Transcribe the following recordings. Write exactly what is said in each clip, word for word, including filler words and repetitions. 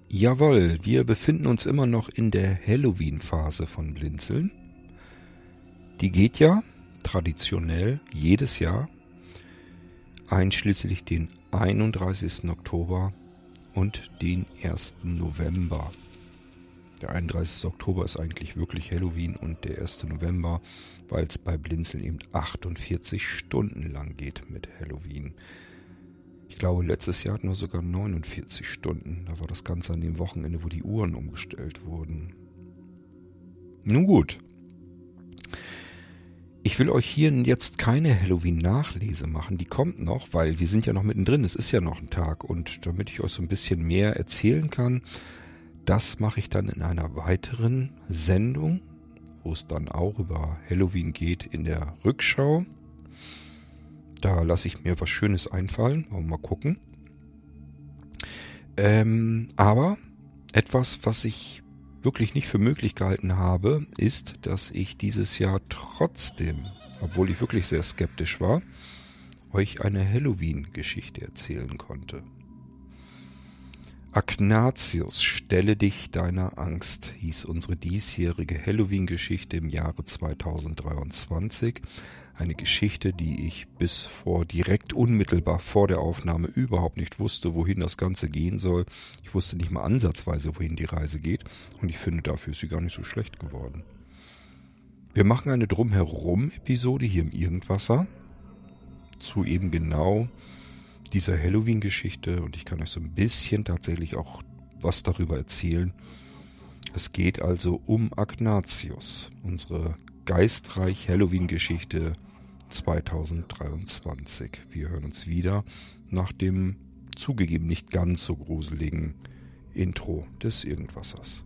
Jawohl, wir befinden uns immer noch in der Halloween-Phase von Blinzeln. Die geht ja traditionell jedes Jahr, einschließlich den einunddreißigsten Oktober und den ersten November. Der einunddreißigste Oktober ist eigentlich wirklich Halloween und der erste November, weil es bei Blinzeln eben achtundvierzig Stunden lang geht mit Halloween. Ich glaube, letztes Jahr hatten wir sogar neunundvierzig Stunden. Da war das Ganze an dem Wochenende, wo die Uhren umgestellt wurden. Nun gut. Ich will euch hier jetzt keine Halloween-Nachlese machen. Die kommt noch, weil wir sind ja noch mittendrin. Es ist ja noch ein Tag. Und damit ich euch so ein bisschen mehr erzählen kann, das mache ich dann in einer weiteren Sendung, wo es dann auch über Halloween geht in der Rückschau. Da lasse ich mir was Schönes einfallen. Wollen wir mal gucken. Ähm, aber etwas, was ich wirklich nicht für möglich gehalten habe, ist, dass ich dieses Jahr trotzdem, obwohl ich wirklich sehr skeptisch war, euch eine Halloween-Geschichte erzählen konnte. Agnatius, stelle dich deiner Angst, hieß unsere diesjährige Halloween-Geschichte im Jahre zweitausenddreiundzwanzig. Eine Geschichte, die ich bis vor direkt unmittelbar vor der Aufnahme überhaupt nicht wusste, wohin das Ganze gehen soll. Ich wusste nicht mal ansatzweise, wohin die Reise geht. Und ich finde, dafür ist sie gar nicht so schlecht geworden. Wir machen eine Drumherum-Episode hier im Irgendwasser zu eben genau dieser Halloween-Geschichte. Und ich kann euch so ein bisschen tatsächlich auch was darüber erzählen. Es geht also um Agnatius, unsere geistreich Halloween-Geschichte zweitausenddreiundzwanzig. Wir hören uns wieder nach dem zugegeben nicht ganz so gruseligen Intro des Irgendwassers.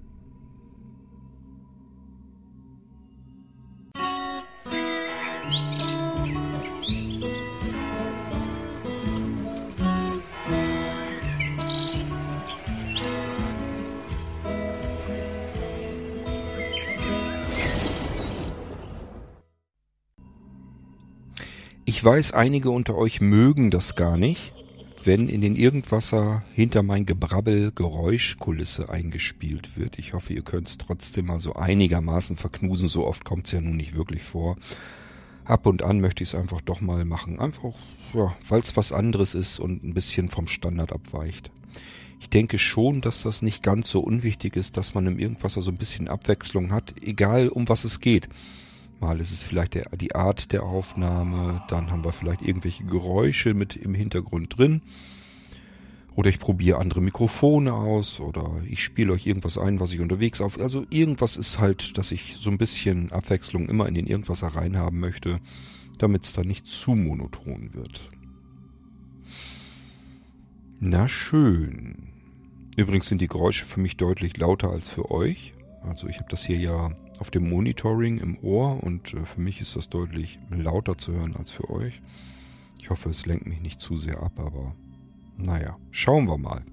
Ich weiß, einige unter euch mögen das gar nicht, wenn in den Irgendwasser hinter mein Gebrabbel Geräuschkulisse eingespielt wird. Ich hoffe, ihr könnt es trotzdem mal so einigermaßen verknusen. So oft kommt es ja nun nicht wirklich vor. Ab und an möchte ich es einfach doch mal machen. Einfach, ja, weil es was anderes ist und ein bisschen vom Standard abweicht. Ich denke schon, dass das nicht ganz so unwichtig ist, dass man im Irgendwasser so ein bisschen Abwechslung hat, egal um was es geht. Mal ist es vielleicht der, die Art der Aufnahme, dann haben wir vielleicht irgendwelche Geräusche mit im Hintergrund drin. Oder ich probiere andere Mikrofone aus oder ich spiele euch irgendwas ein, was ich unterwegs auf. Also irgendwas ist halt, dass ich so ein bisschen Abwechslung immer in den Irgendwasser reinhaben möchte, damit es dann nicht zu monoton wird. Na schön. Übrigens sind die Geräusche für mich deutlich lauter als für euch. Also ich habe das hier ja auf dem Monitoring im Ohr und äh, für mich ist das deutlich lauter zu hören als für euch. Ich hoffe, es lenkt mich nicht zu sehr ab, aber naja, schauen wir mal.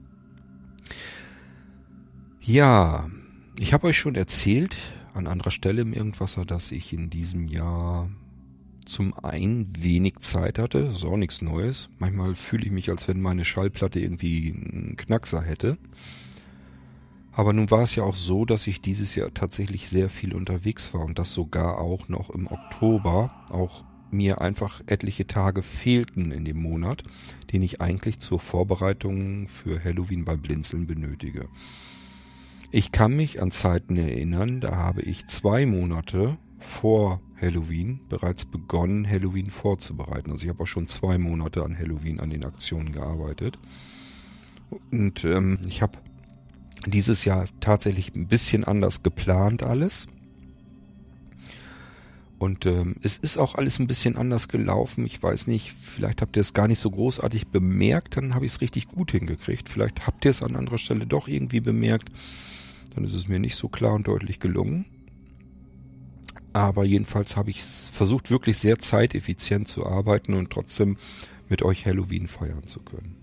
Ja, ich habe euch schon erzählt an anderer Stelle im Irgendwasser, dass ich in diesem Jahr zum einen wenig Zeit hatte, das ist auch nichts Neues. Manchmal fühle ich mich, als wenn meine Schallplatte irgendwie einen Knackser hätte. Aber nun war es ja auch so, dass ich dieses Jahr tatsächlich sehr viel unterwegs war und das sogar auch noch im Oktober. Auch mir einfach etliche Tage fehlten in dem Monat, den ich eigentlich zur Vorbereitung für Halloween bei Blinzeln benötige. Ich kann mich an Zeiten erinnern, da habe ich zwei Monate vor Halloween bereits begonnen, Halloween vorzubereiten. Also ich habe auch schon zwei Monate an Halloween an den Aktionen gearbeitet. Und ähm, ich habe dieses Jahr tatsächlich ein bisschen anders geplant alles. Und ähm, es ist auch alles ein bisschen anders gelaufen. Ich weiß nicht, vielleicht habt ihr es gar nicht so großartig bemerkt, dann habe ich es richtig gut hingekriegt. Vielleicht habt ihr es an anderer Stelle doch irgendwie bemerkt. Dann ist es mir nicht so klar und deutlich gelungen. Aber jedenfalls habe ich versucht, wirklich sehr zeiteffizient zu arbeiten und trotzdem mit euch Halloween feiern zu können.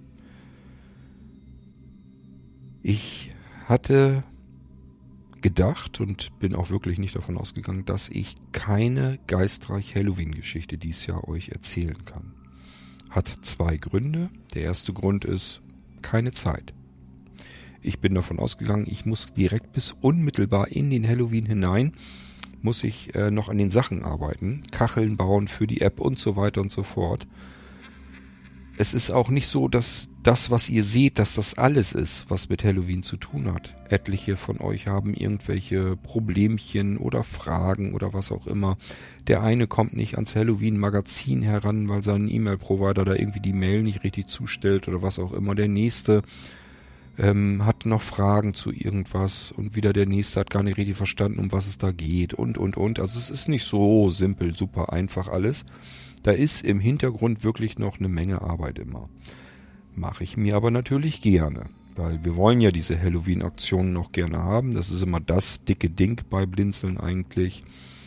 Ich hatte gedacht und bin auch wirklich nicht davon ausgegangen, dass ich keine geistreich Halloween-Geschichte dieses Jahr euch erzählen kann. Hat zwei Gründe. Der erste Grund ist keine Zeit. ich bin davon ausgegangen, ich muss direkt bis unmittelbar in den Halloween hinein, muss ich äh, noch an den Sachen arbeiten, Kacheln bauen für die App und so weiter und so fort. Es ist auch nicht so, dass das, was ihr seht, dass das alles ist, was mit Halloween zu tun hat. Etliche von euch haben irgendwelche Problemchen oder Fragen oder was auch immer. Der eine kommt nicht ans Halloween-Magazin heran, weil sein E-Mail-Provider da irgendwie die Mail nicht richtig zustellt oder was auch immer. Der nächste ähm, hat noch Fragen zu irgendwas und wieder der nächste hat gar nicht richtig verstanden, um was es da geht und, und, und. Also es ist nicht so simpel, super einfach alles. Da ist im Hintergrund wirklich noch eine Menge Arbeit immer. Mache ich mir aber natürlich gerne, weil wir wollen ja diese Halloween-Aktionen noch gerne haben. Das ist immer das dicke Ding bei Blinzeln eigentlich.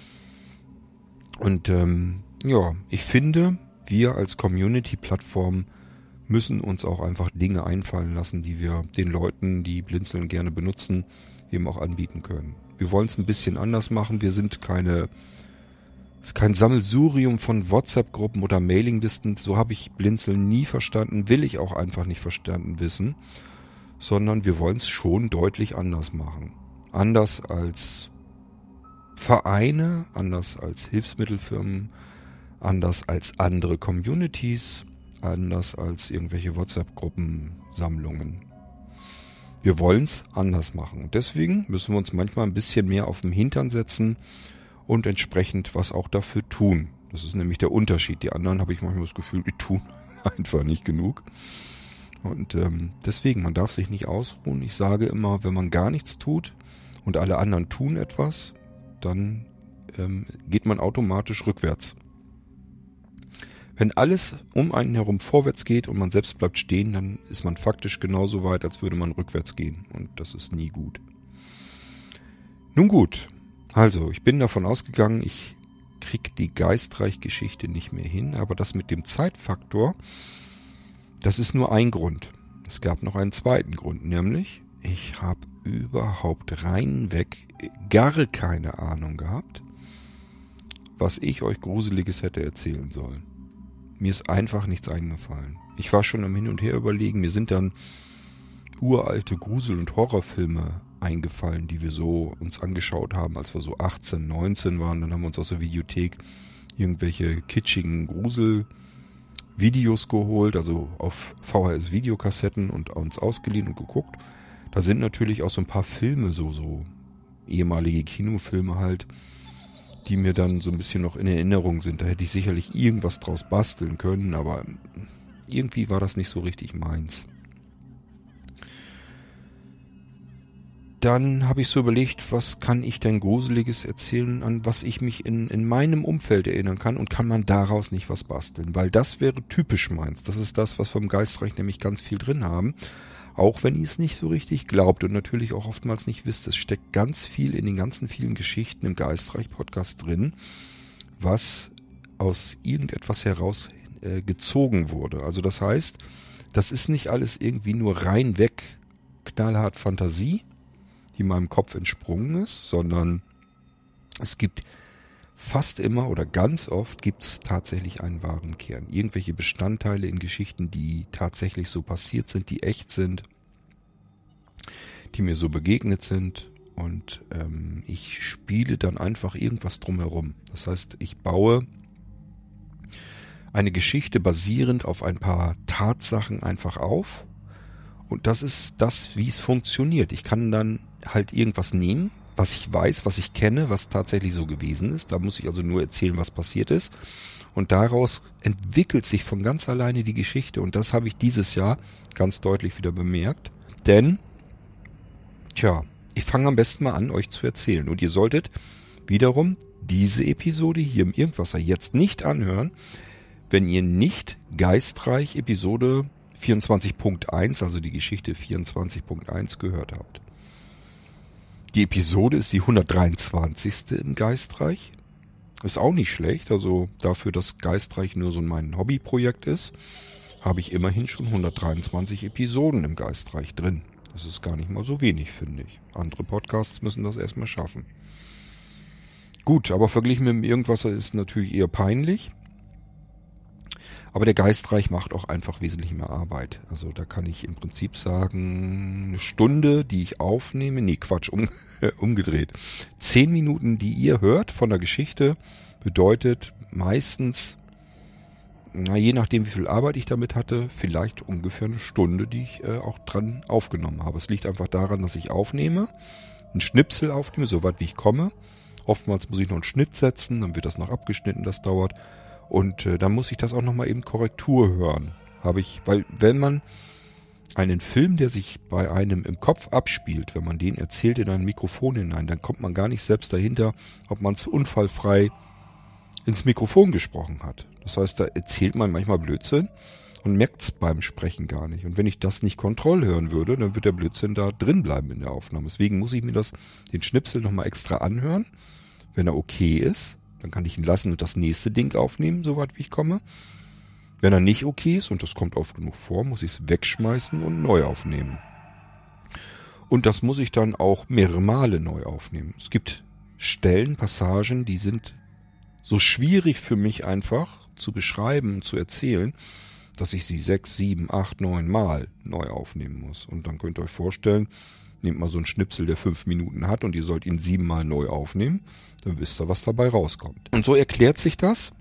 Und ähm, ja, ich finde, wir als Community-Plattform müssen uns auch einfach Dinge einfallen lassen, die wir den Leuten, die Blinzeln gerne benutzen, eben auch anbieten können. Wir wollen es ein bisschen anders machen. Wir sind keine... Es ist kein Sammelsurium von WhatsApp-Gruppen oder Mailinglisten, so habe ich Blinzeln nie verstanden, will ich auch einfach nicht verstanden wissen, sondern wir wollen es schon deutlich anders machen. Anders als Vereine, anders als Hilfsmittelfirmen, anders als andere Communities, anders als irgendwelche WhatsApp-Gruppensammlungen. Wir wollen es anders machen und deswegen müssen wir uns manchmal ein bisschen mehr auf den Hintern setzen und entsprechend was auch dafür tun. Das ist nämlich der Unterschied. Die anderen habe ich manchmal das Gefühl, die tun einfach nicht genug. Und ähm, deswegen, man darf sich nicht ausruhen. Ich sage immer, wenn man gar nichts tut und alle anderen tun etwas, dann ähm, geht man automatisch rückwärts. Wenn alles um einen herum vorwärts geht und man selbst bleibt stehen, dann ist man faktisch genauso weit, als würde man rückwärts gehen. Und das ist nie gut. Nun gut. Also, ich bin davon ausgegangen, ich krieg die Geistreich-Geschichte nicht mehr hin, aber das mit dem Zeitfaktor, das ist nur ein Grund. Es gab noch einen zweiten Grund, nämlich ich habe überhaupt reinweg gar keine Ahnung gehabt, was ich euch Gruseliges hätte erzählen sollen. Mir ist einfach nichts eingefallen. Ich war schon am Hin und Her überlegen, mir sind dann uralte Grusel- und Horrorfilme eingefallen, die wir so uns angeschaut haben, als wir so achtzehn, neunzehn waren. Dann haben wir uns aus der Videothek irgendwelche kitschigen Gruselvideos geholt, also auf V H S-Videokassetten und uns ausgeliehen und geguckt. Da sind natürlich auch so ein paar Filme, so, so ehemalige Kinofilme halt, die mir dann so ein bisschen noch in Erinnerung sind. Da hätte ich sicherlich irgendwas draus basteln können, aber irgendwie war das nicht so richtig meins. Dann habe ich so überlegt, was kann ich denn Gruseliges erzählen, an was ich mich in, in meinem Umfeld erinnern kann und kann man daraus nicht was basteln, weil das wäre typisch meins. Das ist das, was wir im Geistreich nämlich ganz viel drin haben, auch wenn ihr es nicht so richtig glaubt und natürlich auch oftmals nicht wisst. Es steckt ganz viel in den ganzen vielen Geschichten im Geistreich-Podcast drin, was aus irgendetwas heraus äh, gezogen wurde. Also das heißt, das ist nicht alles irgendwie nur rein weg knallhart Fantasie, die meinem Kopf entsprungen ist, sondern es gibt fast immer oder ganz oft gibt es tatsächlich einen wahren Kern. Irgendwelche Bestandteile in Geschichten, die tatsächlich so passiert sind, die echt sind, die mir so begegnet sind und ähm, ich spiele dann einfach irgendwas drumherum. Das heißt, ich baue eine Geschichte basierend auf ein paar Tatsachen einfach auf und das ist das, wie es funktioniert. Ich kann dann halt irgendwas nehmen, was ich weiß, was ich kenne, was tatsächlich so gewesen ist. Da muss ich also nur erzählen, was passiert ist. Und daraus entwickelt sich von ganz alleine die Geschichte. Und das habe ich dieses Jahr ganz deutlich wieder bemerkt. Denn, tja, ich fange am besten mal an, euch zu erzählen. Und ihr solltet wiederum diese Episode hier im Irgendwasser jetzt nicht anhören, wenn ihr nicht Geistreich Episode vierundzwanzig Punkt eins, also die Geschichte vierundzwanzig Punkt eins gehört habt. Die Episode ist die hundertdreiundzwanzigste im Geistreich. Ist auch nicht schlecht, also dafür, dass Geistreich nur so mein Hobbyprojekt ist, habe ich immerhin schon hundertdreiundzwanzig Episoden im Geistreich drin. Das ist gar nicht mal so wenig, finde ich. Andere Podcasts müssen das erstmal schaffen. Gut, aber verglichen mit dem Irgendwasser ist natürlich eher peinlich. Aber der Geistreich macht auch einfach wesentlich mehr Arbeit. Also da kann ich im Prinzip sagen, eine Stunde, die ich aufnehme, nee Quatsch, um, umgedreht. Zehn Minuten, die ihr hört von der Geschichte, bedeutet meistens, na, je nachdem wie viel Arbeit ich damit hatte, vielleicht ungefähr eine Stunde, die ich äh, auch dran aufgenommen habe. Es liegt einfach daran, dass ich aufnehme, einen Schnipsel aufnehme, soweit wie ich komme. Oftmals muss ich noch einen Schnitt setzen, dann wird das noch abgeschnitten, das dauert. Und äh, dann muss ich das auch nochmal eben Korrektur hören. Habe ich, weil wenn man einen Film, der sich bei einem im Kopf abspielt, wenn man den erzählt in ein Mikrofon hinein, dann kommt man gar nicht selbst dahinter, ob man es unfallfrei ins Mikrofon gesprochen hat. Das heißt, da erzählt man manchmal Blödsinn und merkt es beim Sprechen gar nicht. Und wenn ich das nicht Kontroll hören würde, dann wird der Blödsinn da drin bleiben in der Aufnahme. Deswegen muss ich mir das, den Schnipsel nochmal extra anhören. Wenn er okay ist, dann kann ich ihn lassen und das nächste Ding aufnehmen, soweit wie ich komme. Wenn er nicht okay ist, und das kommt oft genug vor, muss ich es wegschmeißen und neu aufnehmen. Und das muss ich dann auch mehrere Male neu aufnehmen. Es gibt Stellen, Passagen, die sind so schwierig für mich einfach zu beschreiben, zu erzählen, dass ich sie sechs, sieben, acht, neun Mal neu aufnehmen muss. Und dann könnt ihr euch vorstellen, nehmt mal so einen Schnipsel, der fünf Minuten hat und ihr sollt ihn siebenmal neu aufnehmen, dann wisst ihr, was dabei rauskommt. Und so erklärt sich das,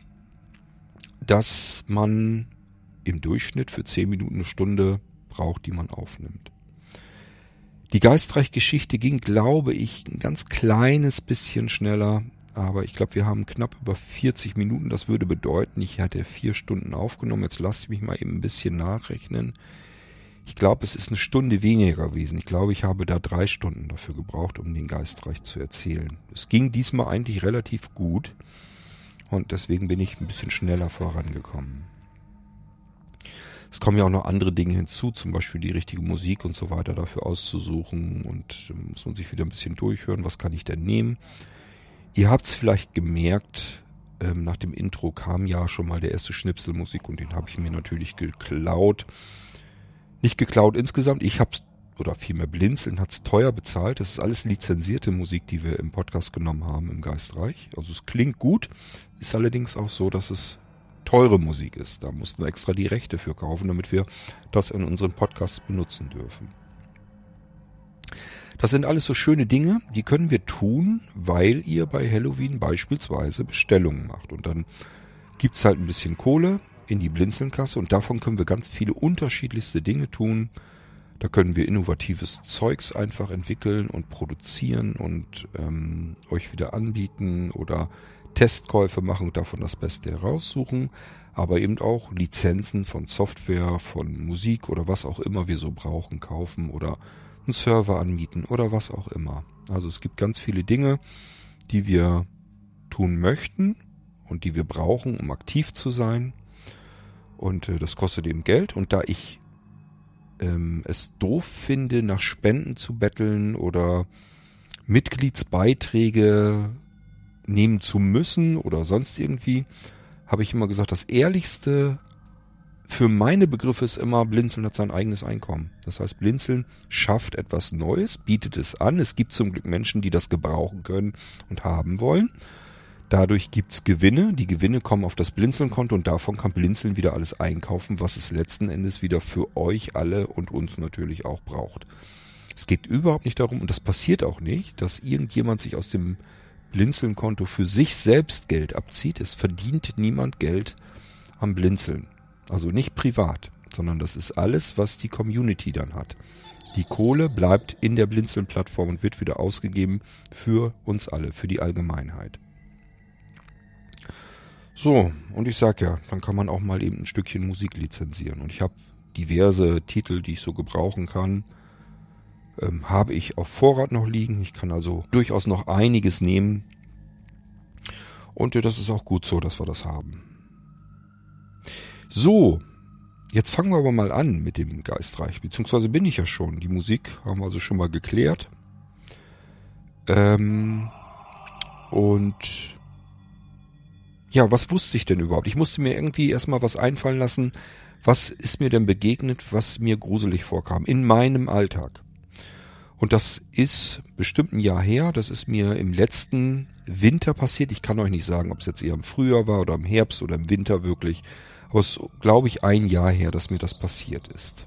dass man im Durchschnitt für zehn Minuten eine Stunde braucht, die man aufnimmt. Die Geistreich-Geschichte ging, glaube ich, ein ganz kleines bisschen schneller, aber ich glaube, wir haben knapp über vierzig Minuten. Das würde bedeuten, ich hatte vier Stunden aufgenommen. Jetzt lasst mich mal eben ein bisschen nachrechnen. Ich glaube, es ist eine Stunde weniger gewesen. Ich glaube, ich habe da drei Stunden dafür gebraucht, um den Geistreich zu erzählen. Es ging diesmal eigentlich relativ gut und deswegen bin ich ein bisschen schneller vorangekommen. Es kommen ja auch noch andere Dinge hinzu, zum Beispiel die richtige Musik und so weiter dafür auszusuchen und da muss man sich wieder ein bisschen durchhören, was kann ich denn nehmen. Ihr habt es vielleicht gemerkt, ähm, nach dem Intro kam ja schon mal der erste Schnipselmusik und den habe ich mir natürlich geklaut. Nicht geklaut insgesamt, ich hab's, oder vielmehr Blinzeln hat's teuer bezahlt. Das ist alles lizenzierte Musik, die wir im Podcast genommen haben im Geistreich. Also es klingt gut, ist allerdings auch so, dass es teure Musik ist. Da mussten wir extra die Rechte für kaufen, damit wir das in unseren Podcasts benutzen dürfen. Das sind alles so schöne Dinge, die können wir tun, weil ihr bei Halloween beispielsweise Bestellungen macht. Und dann gibt's halt ein bisschen Kohle in die Blinzelnkasse und davon können wir ganz viele unterschiedlichste Dinge tun. Da können wir innovatives Zeugs einfach entwickeln und produzieren und ähm, euch wieder anbieten oder Testkäufe machen und davon das Beste heraussuchen. Aber eben auch Lizenzen von Software, von Musik oder was auch immer wir so brauchen, kaufen oder einen Server anmieten oder was auch immer. Also es gibt ganz viele Dinge, die wir tun möchten und die wir brauchen, um aktiv zu sein. Und äh, das kostet eben Geld. Und da ich ähm, es doof finde, nach Spenden zu betteln oder Mitgliedsbeiträge nehmen zu müssen oder sonst irgendwie, habe ich immer gesagt, das Ehrlichste für meine Begriffe ist immer, Blinzeln hat sein eigenes Einkommen. Das heißt, Blinzeln schafft etwas Neues, bietet es an. Es gibt zum Glück Menschen, die das gebrauchen können und haben wollen. Dadurch gibt's Gewinne. Die Gewinne kommen auf das Blinzeln-Konto und davon kann Blinzeln wieder alles einkaufen, was es letzten Endes wieder für euch alle und uns natürlich auch braucht. Es geht überhaupt nicht darum, und das passiert auch nicht, dass irgendjemand sich aus dem Blinzeln-Konto für sich selbst Geld abzieht. Es verdient niemand Geld am Blinzeln. Also nicht privat, sondern das ist alles, was die Community dann hat. Die Kohle bleibt in der Blinzeln-Plattform und wird wieder ausgegeben für uns alle, für die Allgemeinheit. So, und ich sag ja, dann kann man auch mal eben ein Stückchen Musik lizenzieren. Und ich habe diverse Titel, die ich so gebrauchen kann, ähm, habe ich auf Vorrat noch liegen. Ich kann also durchaus noch einiges nehmen. Und äh, das ist auch gut so, dass wir das haben. So, jetzt fangen wir aber mal an mit dem Geistreich, beziehungsweise bin ich ja schon. Die Musik haben wir also schon mal geklärt. Ähm, und ja, was wusste ich denn überhaupt? Ich musste mir irgendwie erstmal was einfallen lassen. Was ist mir denn begegnet, was mir gruselig vorkam in meinem Alltag? Und das ist bestimmt ein Jahr her. Das ist mir im letzten Winter passiert. Ich kann euch nicht sagen, ob es jetzt eher im Frühjahr war oder im Herbst oder im Winter wirklich. Aber es ist, glaube ich, ein Jahr her, dass mir das passiert ist.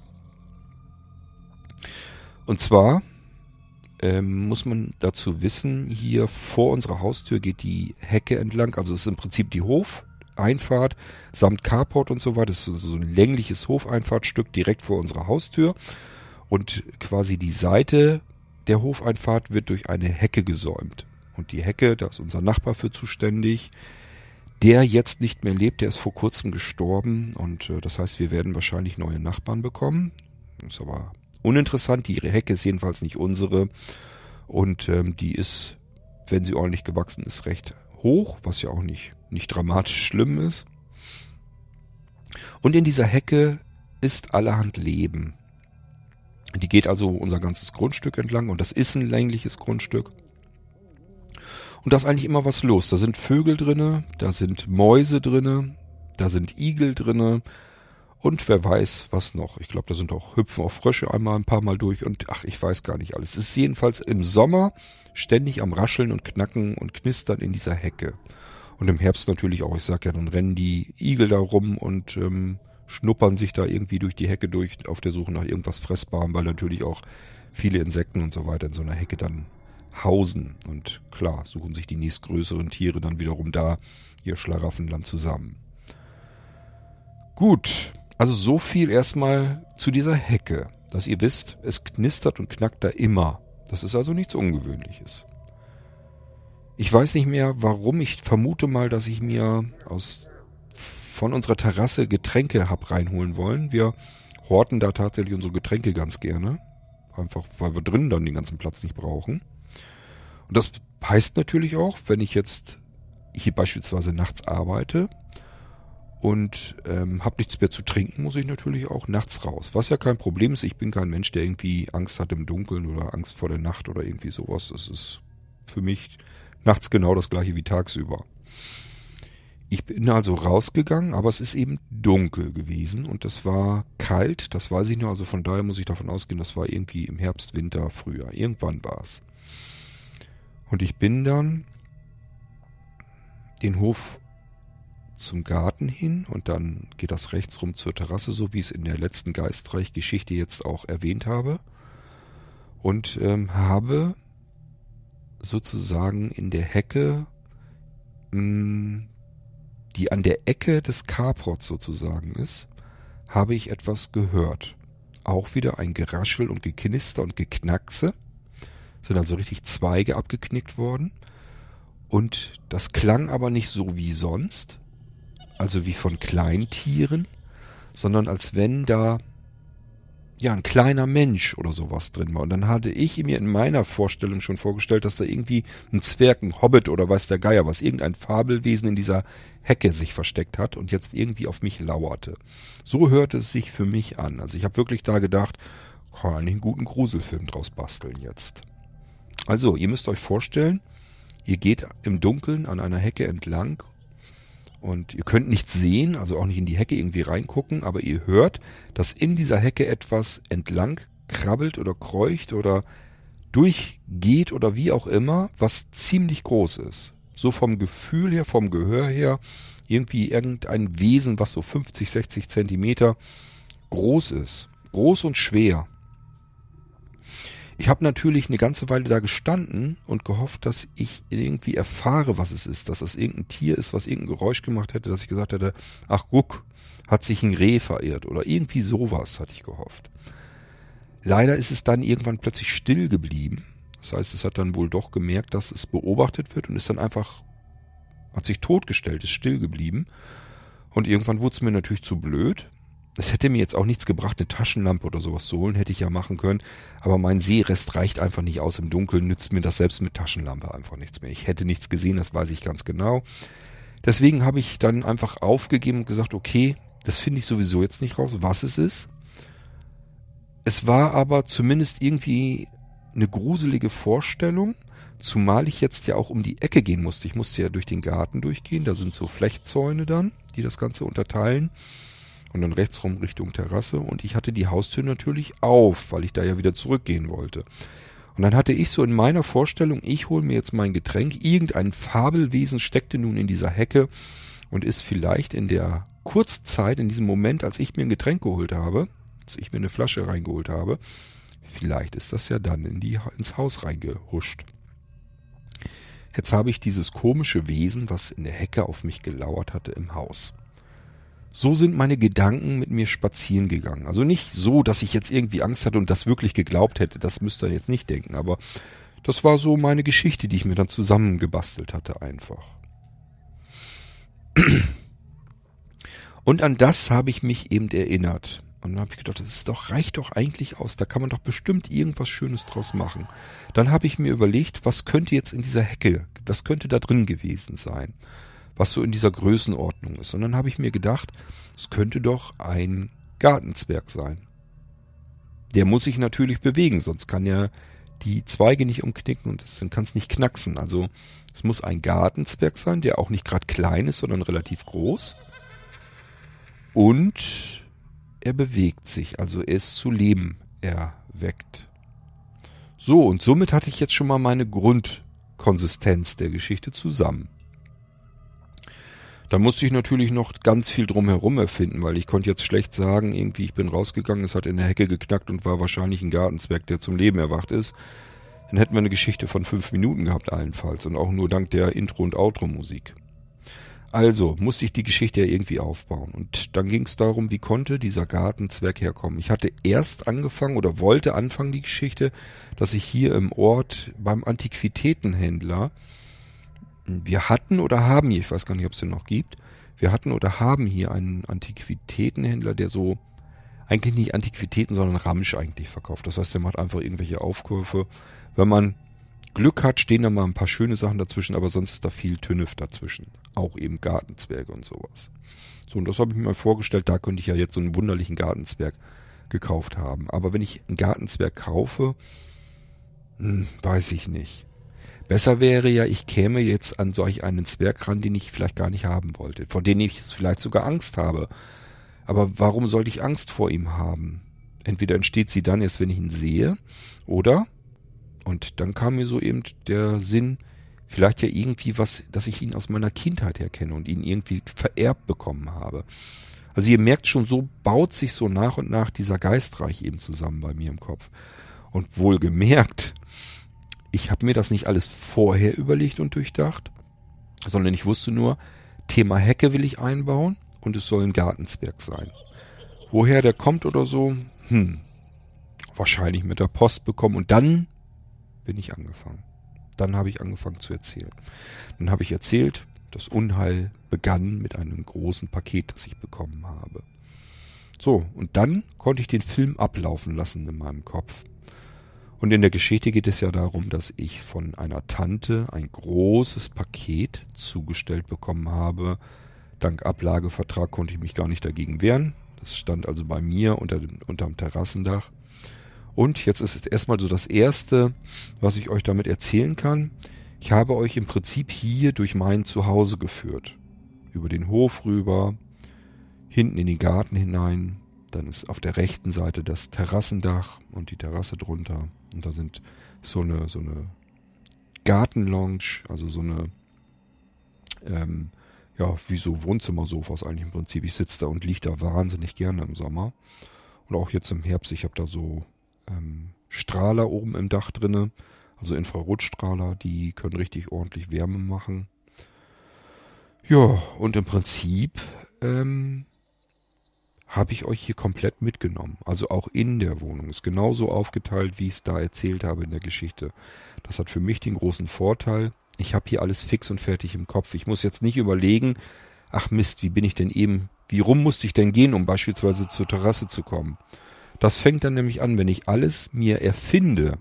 Und zwar ähm, muss man dazu wissen, hier vor unserer Haustür geht die Hecke entlang. Also es ist im Prinzip die Hofeinfahrt samt Carport und so weiter. Das ist so ein längliches Hofeinfahrtstück direkt vor unserer Haustür. Und quasi die Seite der Hofeinfahrt wird durch eine Hecke gesäumt. Und die Hecke, da ist unser Nachbar für zuständig, der jetzt nicht mehr lebt, der ist vor kurzem gestorben. Und äh, das heißt, wir werden wahrscheinlich neue Nachbarn bekommen. Ist aber uninteressant, die Hecke ist jedenfalls nicht unsere. Und ähm, die ist, wenn sie ordentlich gewachsen ist, recht hoch, was ja auch nicht, nicht dramatisch schlimm ist. Und in dieser Hecke ist allerhand Leben. Die geht also unser ganzes Grundstück entlang und das ist ein längliches Grundstück. Und da ist eigentlich immer was los. Da sind Vögel drinne, da sind Mäuse drinne, da sind Igel drinne und wer weiß was noch. Ich glaube, da sind auch Hüpfen auf Frösche einmal ein paar Mal durch und ach, ich weiß gar nicht alles. Es ist jedenfalls im Sommer ständig am Rascheln und Knacken und Knistern in dieser Hecke. Und im Herbst natürlich auch. Ich sag ja, dann rennen die Igel da rum und ähm, schnuppern sich da irgendwie durch die Hecke durch auf der Suche nach irgendwas Fressbarem, weil natürlich auch viele Insekten und so weiter in so einer Hecke dann hausen. Und klar, suchen sich die nächstgrößeren Tiere dann wiederum da ihr Schlaraffenland zusammen. Gut, also so viel erstmal zu dieser Hecke, dass ihr wisst, es knistert und knackt da immer. Das ist also nichts Ungewöhnliches. Ich weiß nicht mehr, warum. Ich vermute mal, dass ich mir aus von unserer Terrasse Getränke hab reinholen wollen. Wir horten da tatsächlich unsere Getränke ganz gerne. Einfach, weil wir drinnen dann den ganzen Platz nicht brauchen. Und das heißt natürlich auch, wenn ich jetzt hier beispielsweise nachts arbeite und ähm, hab nichts mehr zu trinken, muss ich natürlich auch nachts raus. Was ja kein Problem ist. Ich bin kein Mensch, der irgendwie Angst hat im Dunkeln oder Angst vor der Nacht oder irgendwie sowas. Das ist für mich nachts genau das gleiche wie tagsüber. Ich bin also rausgegangen, aber es ist eben dunkel gewesen und es war kalt, das weiß ich noch, also von daher muss ich davon ausgehen, das war irgendwie im Herbst, Winter, Frühjahr, irgendwann war es. Und ich bin dann den Hof zum Garten hin und dann geht das rechts rum zur Terrasse, so wie ich es in der letzten Geistreich-Geschichte jetzt auch erwähnt habe und ähm, habe sozusagen in der Hecke mh, die an der Ecke des Carports sozusagen ist, habe ich etwas gehört. Auch wieder ein Geraschel und Geknister und Geknackse. Sind also richtig Zweige abgeknickt worden. Und das klang aber nicht so wie sonst, also wie von Kleintieren, sondern als wenn da ja ein kleiner Mensch oder sowas drin war. Und dann hatte ich mir in meiner Vorstellung schon vorgestellt, dass da irgendwie ein Zwerg, ein Hobbit oder weiß der Geier was, irgendein Fabelwesen in dieser Hecke sich versteckt hat und jetzt irgendwie auf mich lauerte. So hörte es sich für mich an. Also ich habe wirklich da gedacht, kann eigentlich einen guten Gruselfilm draus basteln jetzt. Also, ihr müsst euch vorstellen, ihr geht im Dunkeln an einer Hecke entlang und ihr könnt nichts sehen, also auch nicht in die Hecke irgendwie reingucken, aber ihr hört, dass in dieser Hecke etwas entlang krabbelt oder kreucht oder durchgeht oder wie auch immer, was ziemlich groß ist. So vom Gefühl her, vom Gehör her, irgendwie irgendein Wesen, was so fünfzig, sechzig Zentimeter groß ist. Groß und schwer. Ich habe natürlich eine ganze Weile da gestanden und gehofft, dass ich irgendwie erfahre, was es ist. Dass es irgendein Tier ist, was irgendein Geräusch gemacht hätte, dass ich gesagt hätte, ach guck, hat sich ein Reh verirrt. Oder irgendwie sowas hatte ich gehofft. Leider ist es dann irgendwann plötzlich still geblieben. Das heißt, es hat dann wohl doch gemerkt, dass es beobachtet wird und ist dann einfach, hat sich totgestellt, ist still geblieben. Und irgendwann wurde es mir natürlich zu blöd. Es hätte mir jetzt auch nichts gebracht, eine Taschenlampe oder sowas zu holen, hätte ich ja machen können. Aber mein Sehrest reicht einfach nicht aus. Im Dunkeln nützt mir das selbst mit Taschenlampe einfach nichts mehr. Ich hätte nichts gesehen, das weiß ich ganz genau. Deswegen habe ich dann einfach aufgegeben und gesagt, okay, das finde ich sowieso jetzt nicht raus, was es ist. Es war aber zumindest irgendwie eine gruselige Vorstellung, zumal ich jetzt ja auch um die Ecke gehen musste. Ich musste ja durch den Garten durchgehen, da sind so Flechtzäune dann, die das Ganze unterteilen. Und dann rechtsrum Richtung Terrasse. Und ich hatte die Haustür natürlich auf, weil ich da ja wieder zurückgehen wollte. Und dann hatte ich so in meiner Vorstellung, ich hole mir jetzt mein Getränk, irgendein Fabelwesen steckte nun in dieser Hecke und ist vielleicht in der Kurzzeit, in diesem Moment, als ich mir ein Getränk geholt habe, als ich mir eine Flasche reingeholt habe, vielleicht ist das ja dann in die, ins Haus reingehuscht. Jetzt habe ich dieses komische Wesen, was in der Hecke auf mich gelauert hatte, im Haus. So sind meine Gedanken mit mir spazieren gegangen. Also nicht so, dass ich jetzt irgendwie Angst hatte und das wirklich geglaubt hätte. Das müsst ihr jetzt nicht denken. Aber das war so meine Geschichte, die ich mir dann zusammengebastelt hatte einfach. Und an das habe ich mich eben erinnert. Und dann habe ich gedacht, das ist doch, reicht doch eigentlich aus. Da kann man doch bestimmt irgendwas Schönes draus machen. Dann habe ich mir überlegt, was könnte jetzt in dieser Hecke, was könnte da drin gewesen sein? Was so in dieser Größenordnung ist. Und dann habe ich mir gedacht, es könnte doch ein Gartenzwerg sein. Der muss sich natürlich bewegen, sonst kann ja die Zweige nicht umknicken und dann kann es nicht knacksen. Also es muss ein Gartenzwerg sein, der auch nicht gerade klein ist, sondern relativ groß. Und er bewegt sich, also er ist zu Leben erweckt. So, und somit hatte ich jetzt schon mal meine Grundkonsistenz der Geschichte zusammen. Da musste ich natürlich noch ganz viel drumherum erfinden, weil ich konnte jetzt schlecht sagen, irgendwie ich bin rausgegangen, es hat in der Hecke geknackt und war wahrscheinlich ein Gartenzwerg, der zum Leben erwacht ist. Dann hätten wir eine Geschichte von fünf Minuten gehabt allenfalls und auch nur dank der Intro- und Outro-Musik. Also musste ich die Geschichte ja irgendwie aufbauen und dann ging es darum, wie konnte dieser Gartenzwerg herkommen. Ich hatte erst angefangen oder wollte anfangen die Geschichte, dass ich hier im Ort beim Antiquitätenhändler, wir hatten oder haben hier, ich weiß gar nicht, ob es den noch gibt, wir hatten oder haben hier einen Antiquitätenhändler, der so, eigentlich nicht Antiquitäten, sondern Ramsch eigentlich verkauft. Das heißt, der macht einfach irgendwelche Aufkäufe. Wenn man Glück hat, stehen da mal ein paar schöne Sachen dazwischen, aber sonst ist da viel Tünnef dazwischen. Auch eben Gartenzwerge und sowas. So, und das habe ich mir mal vorgestellt, da könnte ich ja jetzt so einen wunderlichen Gartenzwerg gekauft haben. Aber wenn ich einen Gartenzwerg kaufe, hm, weiß ich nicht. Besser wäre ja, ich käme jetzt an solch einen Zwerg ran, den ich vielleicht gar nicht haben wollte, vor dem ich vielleicht sogar Angst habe. Aber warum sollte ich Angst vor ihm haben? Entweder entsteht sie dann erst, wenn ich ihn sehe, oder, und dann kam mir so eben der Sinn, vielleicht ja irgendwie was, dass ich ihn aus meiner Kindheit her kenne und ihn irgendwie vererbt bekommen habe. Also ihr merkt schon, so baut sich so nach und nach dieser Geistreich eben zusammen bei mir im Kopf. Und wohlgemerkt, ich habe mir das nicht alles vorher überlegt und durchdacht, sondern ich wusste nur, Thema Hecke will ich einbauen und es soll ein Gartenzwerg sein. Woher der kommt oder so, hm, wahrscheinlich mit der Post bekommen und dann bin ich angefangen. Dann habe ich angefangen zu erzählen. Dann habe ich erzählt, das Unheil begann mit einem großen Paket, das ich bekommen habe. So, und dann konnte ich den Film ablaufen lassen in meinem Kopf. Und in der Geschichte geht es ja darum, dass ich von einer Tante ein großes Paket zugestellt bekommen habe. Dank Ablagevertrag konnte ich mich gar nicht dagegen wehren. Das stand also bei mir unter dem, unterm Terrassendach. Und jetzt ist es erstmal so das Erste, was ich euch damit erzählen kann. Ich habe euch im Prinzip hier durch mein Zuhause geführt. Über den Hof rüber, hinten in den Garten hinein. Dann ist auf der rechten Seite das Terrassendach und die Terrasse drunter. Und da sind so eine, so eine Gartenlounge, also so eine, ähm, ja, wie so Wohnzimmersofas eigentlich im Prinzip. Ich sitze da und liege da wahnsinnig gerne im Sommer. Und auch jetzt im Herbst, ich habe da so ähm, Strahler oben im Dach drinne, also Infrarotstrahler, die können richtig ordentlich Wärme machen. Ja, und im Prinzip ähm, habe ich euch hier komplett mitgenommen. Also auch in der Wohnung. Ist genauso aufgeteilt, wie ich es da erzählt habe in der Geschichte. Das hat für mich den großen Vorteil, ich habe hier alles fix und fertig im Kopf. Ich muss jetzt nicht überlegen, ach Mist, wie bin ich denn eben, wie rum musste ich denn gehen, um beispielsweise zur Terrasse zu kommen. Das fängt dann nämlich an, wenn ich alles mir erfinde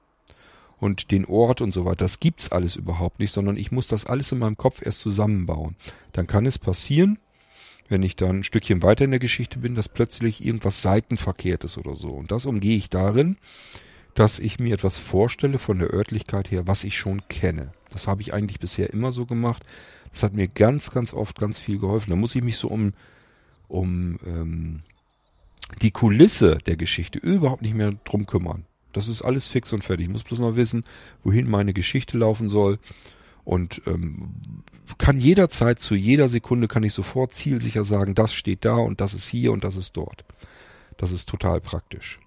und den Ort und so weiter, das gibt's alles überhaupt nicht, sondern ich muss das alles in meinem Kopf erst zusammenbauen. Dann kann es passieren, wenn ich dann ein Stückchen weiter in der Geschichte bin, dass plötzlich irgendwas seitenverkehrt ist oder so. Und das umgehe ich darin, dass ich mir etwas vorstelle von der Örtlichkeit her, was ich schon kenne. Das habe ich eigentlich bisher immer so gemacht. Das hat mir ganz, ganz oft ganz viel geholfen. Da muss ich mich so um, um ähm, die Kulisse der Geschichte überhaupt nicht mehr drum kümmern. Das ist alles fix und fertig. Ich muss bloß noch wissen, wohin meine Geschichte laufen soll. Und ähm, kann jederzeit, zu jeder Sekunde kann ich sofort zielsicher sagen, das steht da und das ist hier und das ist dort. Das ist total praktisch.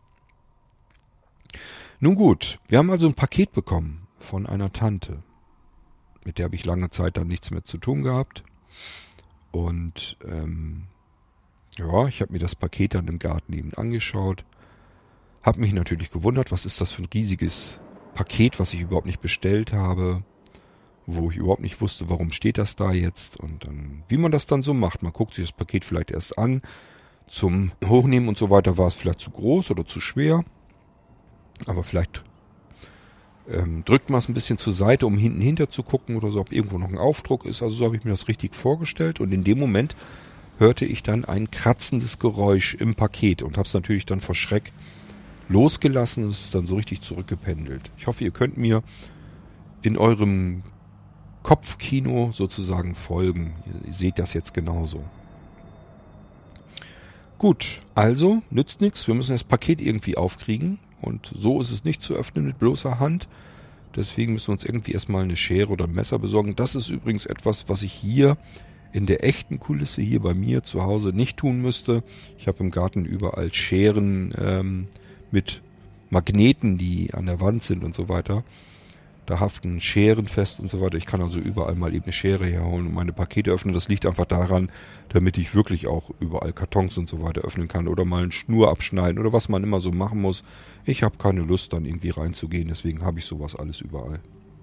Nun gut, wir haben also ein Paket bekommen von einer Tante. Mit der habe ich lange Zeit dann nichts mehr zu tun gehabt. Und ähm, ja, ich habe mir das Paket dann im Garten eben angeschaut. Habe mich natürlich gewundert, was ist das für ein riesiges Paket, was ich überhaupt nicht bestellt habe. Wo ich überhaupt nicht wusste, warum steht das da jetzt. Und dann, wie man das dann so macht. Man guckt sich das Paket vielleicht erst an. Zum Hochnehmen und so weiter war es vielleicht zu groß oder zu schwer. Aber vielleicht ähm, drückt man es ein bisschen zur Seite, um hinten hinter zu gucken oder so, ob irgendwo noch ein Aufdruck ist. Also so habe ich mir das richtig vorgestellt. Und in dem Moment hörte ich dann ein kratzendes Geräusch im Paket und habe es natürlich dann vor Schreck losgelassen und es ist dann so richtig zurückgependelt. Ich hoffe, ihr könnt mir in eurem Kopfkino sozusagen folgen. Ihr seht das jetzt genauso. Gut, also nützt nichts. Wir müssen das Paket irgendwie aufkriegen und so ist es nicht zu öffnen mit bloßer Hand. Deswegen müssen wir uns irgendwie erstmal eine Schere oder ein Messer besorgen. Das ist übrigens etwas, was ich hier in der echten Kulisse hier bei mir zu Hause nicht tun müsste. Ich habe im Garten überall Scheren ähm, mit Magneten, die an der Wand sind und so weiter. Da haften Scheren fest und so weiter. Ich kann also überall mal eben eine Schere herholen und meine Pakete öffnen. Das liegt einfach daran, damit ich wirklich auch überall Kartons und so weiter öffnen kann oder mal eine Schnur abschneiden oder was man immer so machen muss. Ich habe keine Lust, dann irgendwie reinzugehen, deswegen habe ich sowas alles überall.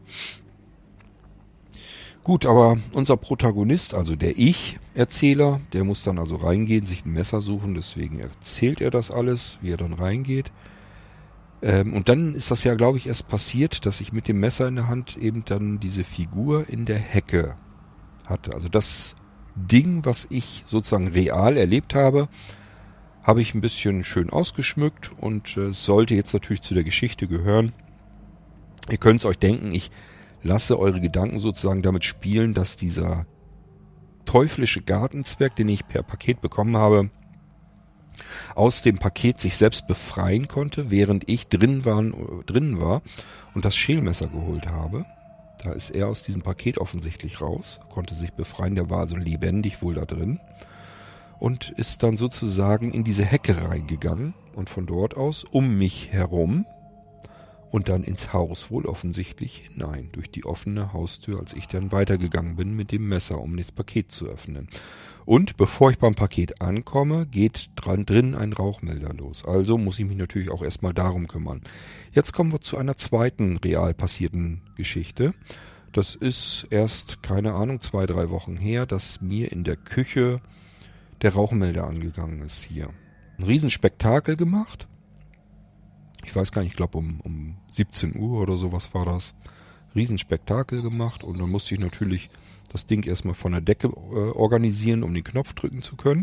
Gut, aber unser Protagonist, also der Ich-Erzähler, der muss dann also reingehen, sich ein Messer suchen, deswegen erzählt er das alles, wie er dann reingeht. Ähm, und dann ist das ja, glaube ich, erst passiert, dass ich mit dem Messer in der Hand eben dann diese Figur in der Hecke hatte. Also das Ding, was ich sozusagen real erlebt habe, habe ich ein bisschen schön ausgeschmückt und äh, es sollte jetzt natürlich zu der Geschichte gehören. Ihr könnt es euch denken, ich lasse eure Gedanken sozusagen damit spielen, dass dieser teuflische Gartenzwerg, den ich per Paket bekommen habe, aus dem Paket sich selbst befreien konnte, während ich drin war, drin war und das Schälmesser geholt habe. Da ist er aus diesem Paket offensichtlich raus, konnte sich befreien, der war also lebendig wohl da drin und ist dann sozusagen in diese Hecke reingegangen und von dort aus um mich herum und dann ins Haus wohl offensichtlich hinein, durch die offene Haustür, als ich dann weitergegangen bin mit dem Messer, um das Paket zu öffnen. Und bevor ich beim Paket ankomme, geht dran drin ein Rauchmelder los. Also muss ich mich natürlich auch erstmal darum kümmern. Jetzt kommen wir zu einer zweiten real passierten Geschichte. Das ist erst, keine Ahnung, zwei, drei Wochen her, dass mir in der Küche der Rauchmelder angegangen ist hier. Ein Riesenspektakel gemacht. Ich weiß gar nicht, ich glaube um, um siebzehn Uhr oder sowas war das. Riesenspektakel gemacht und dann musste ich natürlich das Ding erstmal von der Decke äh, organisieren, um den Knopf drücken zu können.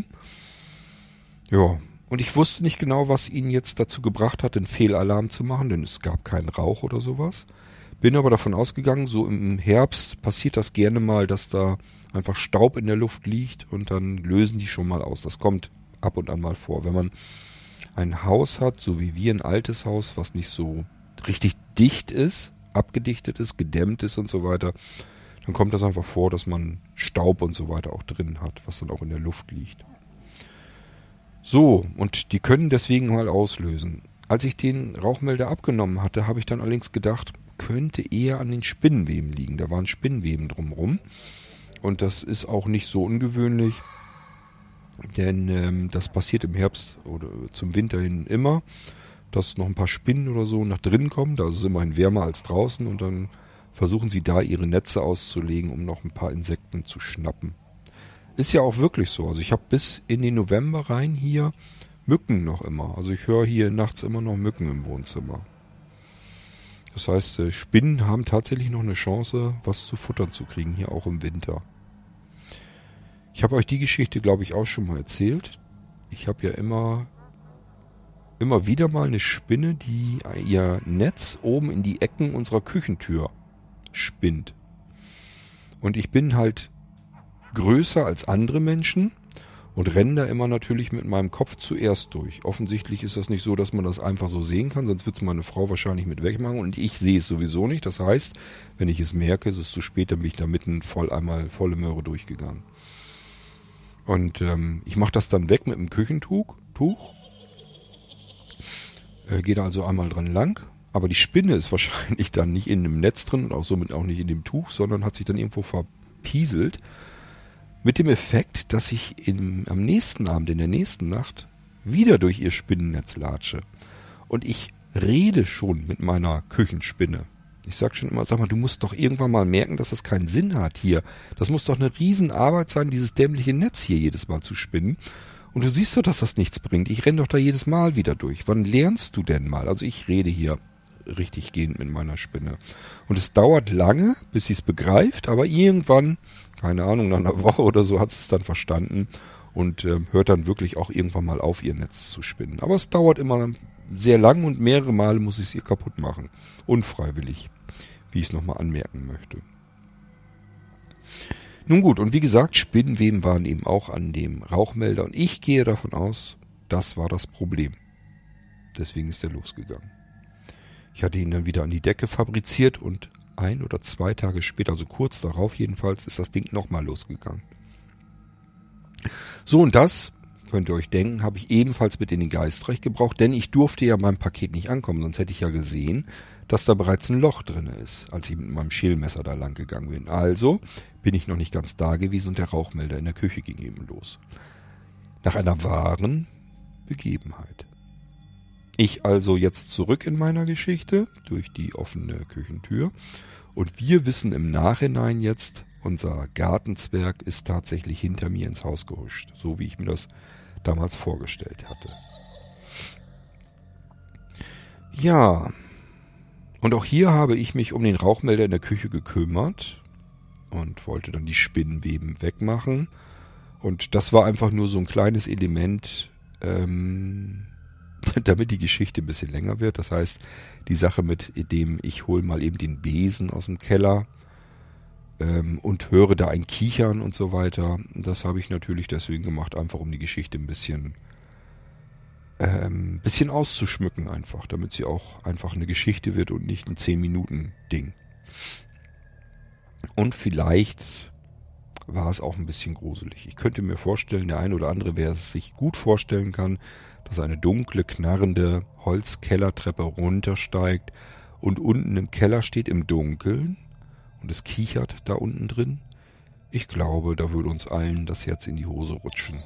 Ja, und ich wusste nicht genau, was ihn jetzt dazu gebracht hat, den Fehlalarm zu machen, denn es gab keinen Rauch oder sowas. Bin aber davon ausgegangen, so im Herbst passiert das gerne mal, dass da einfach Staub in der Luft liegt und dann lösen die schon mal aus. Das kommt ab und an mal vor. Wenn man ein Haus hat, so wie wir, ein altes Haus, was nicht so richtig dicht ist, abgedichtet ist, gedämmt ist und so weiter, dann kommt das einfach vor, dass man Staub und so weiter auch drin hat, was dann auch in der Luft liegt. So, und die können deswegen mal auslösen. Als ich den Rauchmelder abgenommen hatte, habe ich dann allerdings gedacht, könnte eher an den Spinnenweben liegen. Da waren Spinnenweben drumherum. Und das ist auch nicht so ungewöhnlich, denn ähm, das passiert im Herbst oder zum Winter hin immer, dass noch ein paar Spinnen oder so nach drinnen kommen. Da ist es immerhin wärmer als draußen und dann versuchen sie da ihre Netze auszulegen, um noch ein paar Insekten zu schnappen. Ist ja auch wirklich so. Also ich habe bis in den November rein hier Mücken noch immer. Also ich höre hier nachts immer noch Mücken im Wohnzimmer. Das heißt, Spinnen haben tatsächlich noch eine Chance, was zu futtern zu kriegen, hier auch im Winter. Ich habe euch die Geschichte, glaube ich, auch schon mal erzählt. Ich habe ja immer, immer wieder mal eine Spinne, die ihr Netz oben in die Ecken unserer Küchentür spinnt. Und ich bin halt größer als andere Menschen und renne da immer natürlich mit meinem Kopf zuerst durch. Offensichtlich ist das nicht so, dass man das einfach so sehen kann, sonst wird es meine Frau wahrscheinlich mit wegmachen und ich sehe es sowieso nicht. Das heißt, wenn ich es merke, ist es zu spät, dann bin ich da mitten voll einmal volle Möhre durchgegangen. Und ähm, ich mache das dann weg mit dem Küchentuch, Tuch, äh, gehe da also einmal dran lang, aber die Spinne ist wahrscheinlich dann nicht in dem Netz drin und auch somit auch nicht in dem Tuch, sondern hat sich dann irgendwo verpieselt. Mit dem Effekt, dass ich im, am nächsten Abend, in der nächsten Nacht, wieder durch ihr Spinnennetz latsche. Und ich rede schon mit meiner Küchenspinne. Ich sag schon immer, sag mal, du musst doch irgendwann mal merken, dass das keinen Sinn hat hier. Das muss doch eine Riesenarbeit sein, dieses dämliche Netz hier jedes Mal zu spinnen. Und du siehst doch, dass das nichts bringt. Ich renne doch da jedes Mal wieder durch. Wann lernst du denn mal? Also ich rede hier richtig gehend mit meiner Spinne. Und es dauert lange, bis sie es begreift, aber irgendwann, keine Ahnung, nach einer Woche oder so hat sie es dann verstanden und äh, hört dann wirklich auch irgendwann mal auf, ihr Netz zu spinnen. Aber es dauert immer sehr lang und mehrere Male muss ich es ihr kaputt machen. Unfreiwillig, wie ich es nochmal anmerken möchte. Nun gut, und wie gesagt, Spinnenweben waren eben auch an dem Rauchmelder und ich gehe davon aus, das war das Problem. Deswegen ist er losgegangen. Ich hatte ihn dann wieder an die Decke fabriziert und ein oder zwei Tage später, also kurz darauf jedenfalls, ist das Ding nochmal losgegangen. So, und das, könnt ihr euch denken, habe ich ebenfalls mit in den Geistreich gebraucht, denn ich durfte ja mein Paket nicht ankommen, sonst hätte ich ja gesehen, dass da bereits ein Loch drin ist, als ich mit meinem Schälmesser da lang gegangen bin. Also bin ich noch nicht ganz da gewesen und der Rauchmelder in der Küche ging eben los. Nach einer wahren Begebenheit. Ich also jetzt zurück in meiner Geschichte durch die offene Küchentür und wir wissen im Nachhinein jetzt, unser Gartenzwerg ist tatsächlich hinter mir ins Haus gehuscht, so wie ich mir das damals vorgestellt hatte. Ja, und auch hier habe ich mich um den Rauchmelder in der Küche gekümmert und wollte dann die Spinnenweben wegmachen und das war einfach nur so ein kleines Element, ähm, damit die Geschichte ein bisschen länger wird. Das heißt, die Sache mit dem, ich hole mal eben den Besen aus dem Keller ähm, und höre da ein Kichern und so weiter. Das habe ich natürlich deswegen gemacht, einfach um die Geschichte ein bisschen, ähm, bisschen auszuschmücken einfach, damit sie auch einfach eine Geschichte wird und nicht ein zehn Minuten Ding. Und vielleicht war es auch ein bisschen gruselig. Ich könnte mir vorstellen, der eine oder andere, wer es sich gut vorstellen kann, dass eine dunkle, knarrende Holzkellertreppe runtersteigt und unten im Keller steht im Dunkeln und es kichert da unten drin. Ich glaube, da würde uns allen das Herz in die Hose rutschen.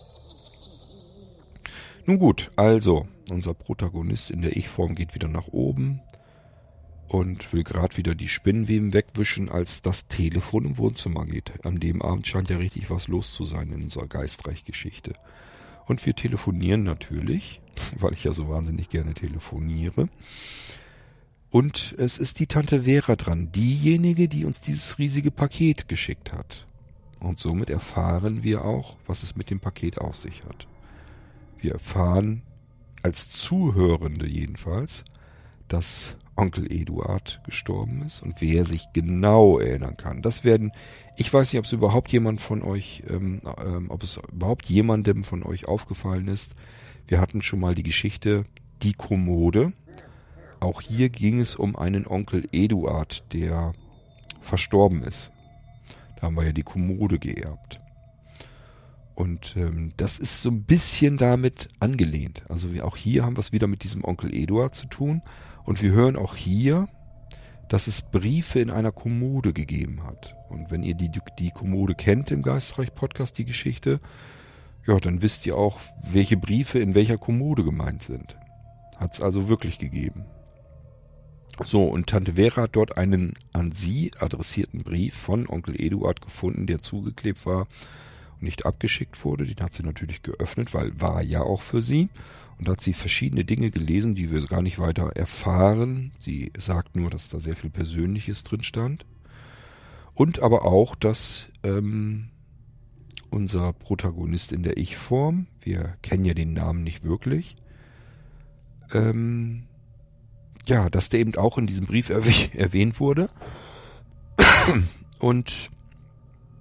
Nun gut, also, unser Protagonist in der Ich-Form geht wieder nach oben und will gerade wieder die Spinnenweben wegwischen, als das Telefon im Wohnzimmer geht. An dem Abend scheint ja richtig was los zu sein in unserer Geistreich-Geschichte. Und wir telefonieren natürlich, weil ich ja so wahnsinnig gerne telefoniere. Und es ist die Tante Vera dran, diejenige, die uns dieses riesige Paket geschickt hat. Und somit erfahren wir auch, was es mit dem Paket auf sich hat. Wir erfahren, als Zuhörende jedenfalls, dass Onkel Eduard gestorben ist und wer sich genau erinnern kann. Das werden, ich weiß nicht, ob es überhaupt jemand von euch, ähm, ähm, ob es überhaupt jemandem von euch aufgefallen ist. Wir hatten schon mal die Geschichte Die Kommode. Auch hier ging es um einen Onkel Eduard, der verstorben ist. Da haben wir ja die Kommode geerbt. Und ähm, das ist so ein bisschen damit angelehnt. Also wir, auch hier haben wir es wieder mit diesem Onkel Eduard zu tun. Und wir hören auch hier, dass es Briefe in einer Kommode gegeben hat. Und wenn ihr die, die Kommode kennt im Geistreich-Podcast, die Geschichte, ja, dann wisst ihr auch, welche Briefe in welcher Kommode gemeint sind. Hat es also wirklich gegeben. So, und Tante Vera hat dort einen an sie adressierten Brief von Onkel Eduard gefunden, der zugeklebt war und nicht abgeschickt wurde. Den hat sie natürlich geöffnet, weil war ja auch für sie. Und da hat sie verschiedene Dinge gelesen, die wir gar nicht weiter erfahren. Sie sagt nur, dass da sehr viel Persönliches drin stand. Und aber auch, dass ähm, unser Protagonist in der Ich-Form, wir kennen ja den Namen nicht wirklich, ähm, ja, dass der eben auch in diesem Brief erwäh- erwähnt wurde. Und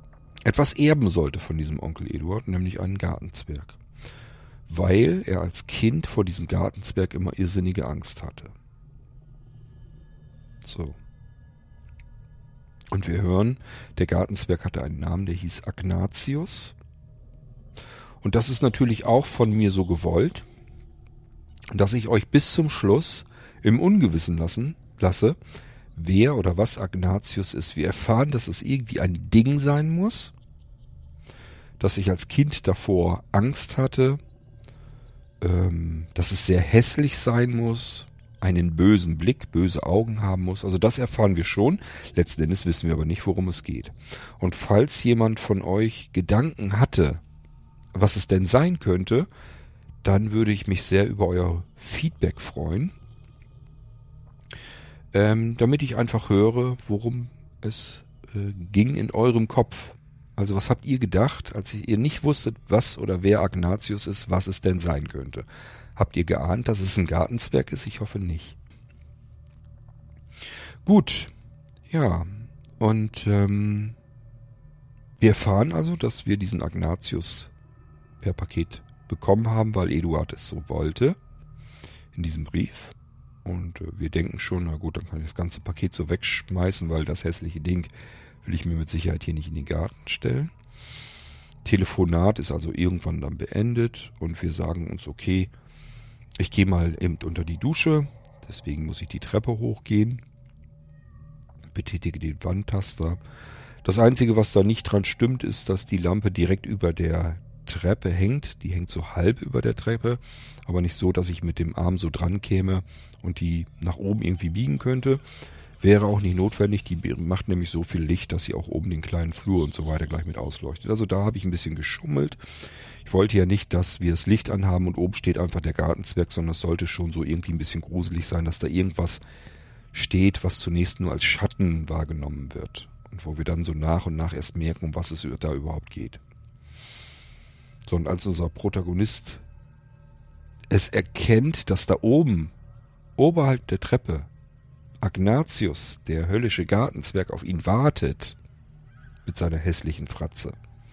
etwas erben sollte von diesem Onkel Eduard, nämlich einen Gartenzwerg. Weil er als Kind vor diesem Gartenzwerg immer irrsinnige Angst hatte. So. Und wir hören, der Gartenzwerg hatte einen Namen, der hieß Agnatius. Und das ist natürlich auch von mir so gewollt, dass ich euch bis zum Schluss im Ungewissen lassen lasse, wer oder was Agnatius ist. Wir erfahren, dass es irgendwie ein Ding sein muss, dass ich als Kind davor Angst hatte, ähm, dass es sehr hässlich sein muss, einen bösen Blick, böse Augen haben muss. Also das erfahren wir schon. Letzten Endes wissen wir aber nicht, worum es geht. Und falls jemand von euch Gedanken hatte, was es denn sein könnte, dann würde ich mich sehr über euer Feedback freuen, ähm, damit ich einfach höre, worum es äh, ging in eurem Kopf. Also was habt ihr gedacht, als ihr nicht wusstet, was oder wer Agnatius ist, was es denn sein könnte? Habt ihr geahnt, dass es ein Gartenzwerg ist? Ich hoffe nicht. Gut, ja, und ähm, wir erfahren also, dass wir diesen Agnatius per Paket bekommen haben, weil Eduard es so wollte, in diesem Brief. Und äh, wir denken schon, na gut, dann kann ich das ganze Paket so wegschmeißen, weil das hässliche Ding will ich mir mit Sicherheit hier nicht in den Garten stellen. Telefonat ist also irgendwann dann beendet und wir sagen uns, okay, ich gehe mal eben unter die Dusche, deswegen muss ich die Treppe hochgehen, betätige den Wandtaster. Das Einzige, was da nicht dran stimmt, ist, dass die Lampe direkt über der Treppe hängt. Die hängt so halb über der Treppe, aber nicht so, dass ich mit dem Arm so dran käme und die nach oben irgendwie biegen könnte. Wäre auch nicht notwendig, die macht nämlich so viel Licht, dass sie auch oben den kleinen Flur und so weiter gleich mit ausleuchtet. Also da habe ich ein bisschen geschummelt. Ich wollte ja nicht, dass wir das Licht anhaben und oben steht einfach der Gartenzwerg, sondern es sollte schon so irgendwie ein bisschen gruselig sein, dass da irgendwas steht, was zunächst nur als Schatten wahrgenommen wird. Und wo wir dann so nach und nach erst merken, um was es da überhaupt geht. So, und als unser Protagonist es erkennt, dass da oben, oberhalb der Treppe, Agnatius, der höllische Gartenzwerg, auf ihn wartet, mit seiner hässlichen Fratze.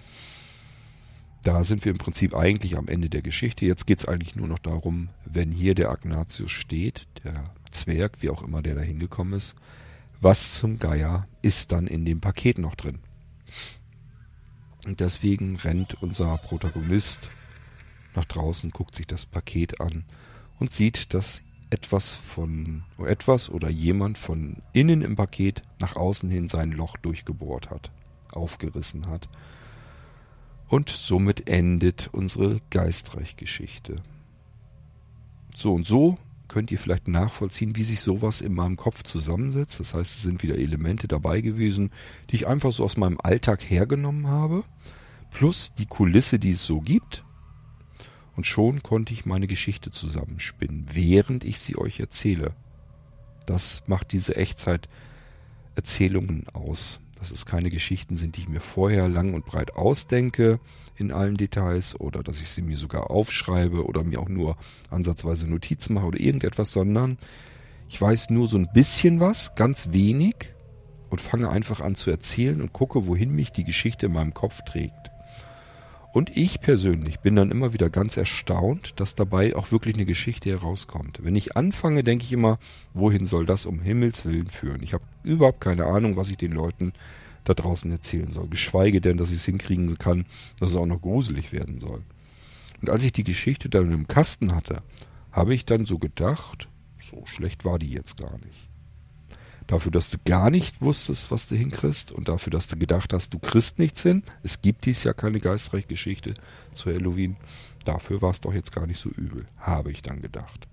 Da sind wir im Prinzip eigentlich am Ende der Geschichte. Jetzt geht's eigentlich nur noch darum, wenn hier der Agnatius steht, der Zwerg, wie auch immer der da hingekommen ist, was zum Geier ist dann in dem Paket noch drin? Und deswegen rennt unser Protagonist nach draußen, guckt sich das Paket an und sieht, dass etwas von oder etwas oder jemand von innen im Paket nach außen hin sein Loch durchgebohrt hat, aufgerissen hat. Und somit endet unsere Geistreich-Geschichte. So und so könnt ihr vielleicht nachvollziehen, wie sich sowas in meinem Kopf zusammensetzt. Das heißt, es sind wieder Elemente dabei gewesen, die ich einfach so aus meinem Alltag hergenommen habe, plus die Kulisse, die es so gibt. Und schon konnte ich meine Geschichte zusammenspinnen, während ich sie euch erzähle. Das macht diese Echtzeit-Erzählungen aus. Dass es keine Geschichten sind, die ich mir vorher lang und breit ausdenke in allen Details oder dass ich sie mir sogar aufschreibe oder mir auch nur ansatzweise Notizen mache oder irgendetwas, sondern ich weiß nur so ein bisschen was, ganz wenig und fange einfach an zu erzählen und gucke, wohin mich die Geschichte in meinem Kopf trägt. Und ich persönlich bin dann immer wieder ganz erstaunt, dass dabei auch wirklich eine Geschichte herauskommt. Wenn ich anfange, denke ich immer, wohin soll das um Himmels Willen führen? Ich habe überhaupt keine Ahnung, was ich den Leuten da draußen erzählen soll. Geschweige denn, dass ich es hinkriegen kann, dass es auch noch gruselig werden soll. Und als ich die Geschichte dann im Kasten hatte, habe ich dann so gedacht, so schlecht war die jetzt gar nicht. Dafür, dass du gar nicht wusstest, was du hinkriegst und dafür, dass du gedacht hast, du kriegst nichts hin. Es gibt dies ja keine Geistreich-Geschichte zu Halloween. Dafür war es doch jetzt gar nicht so übel, habe ich dann gedacht.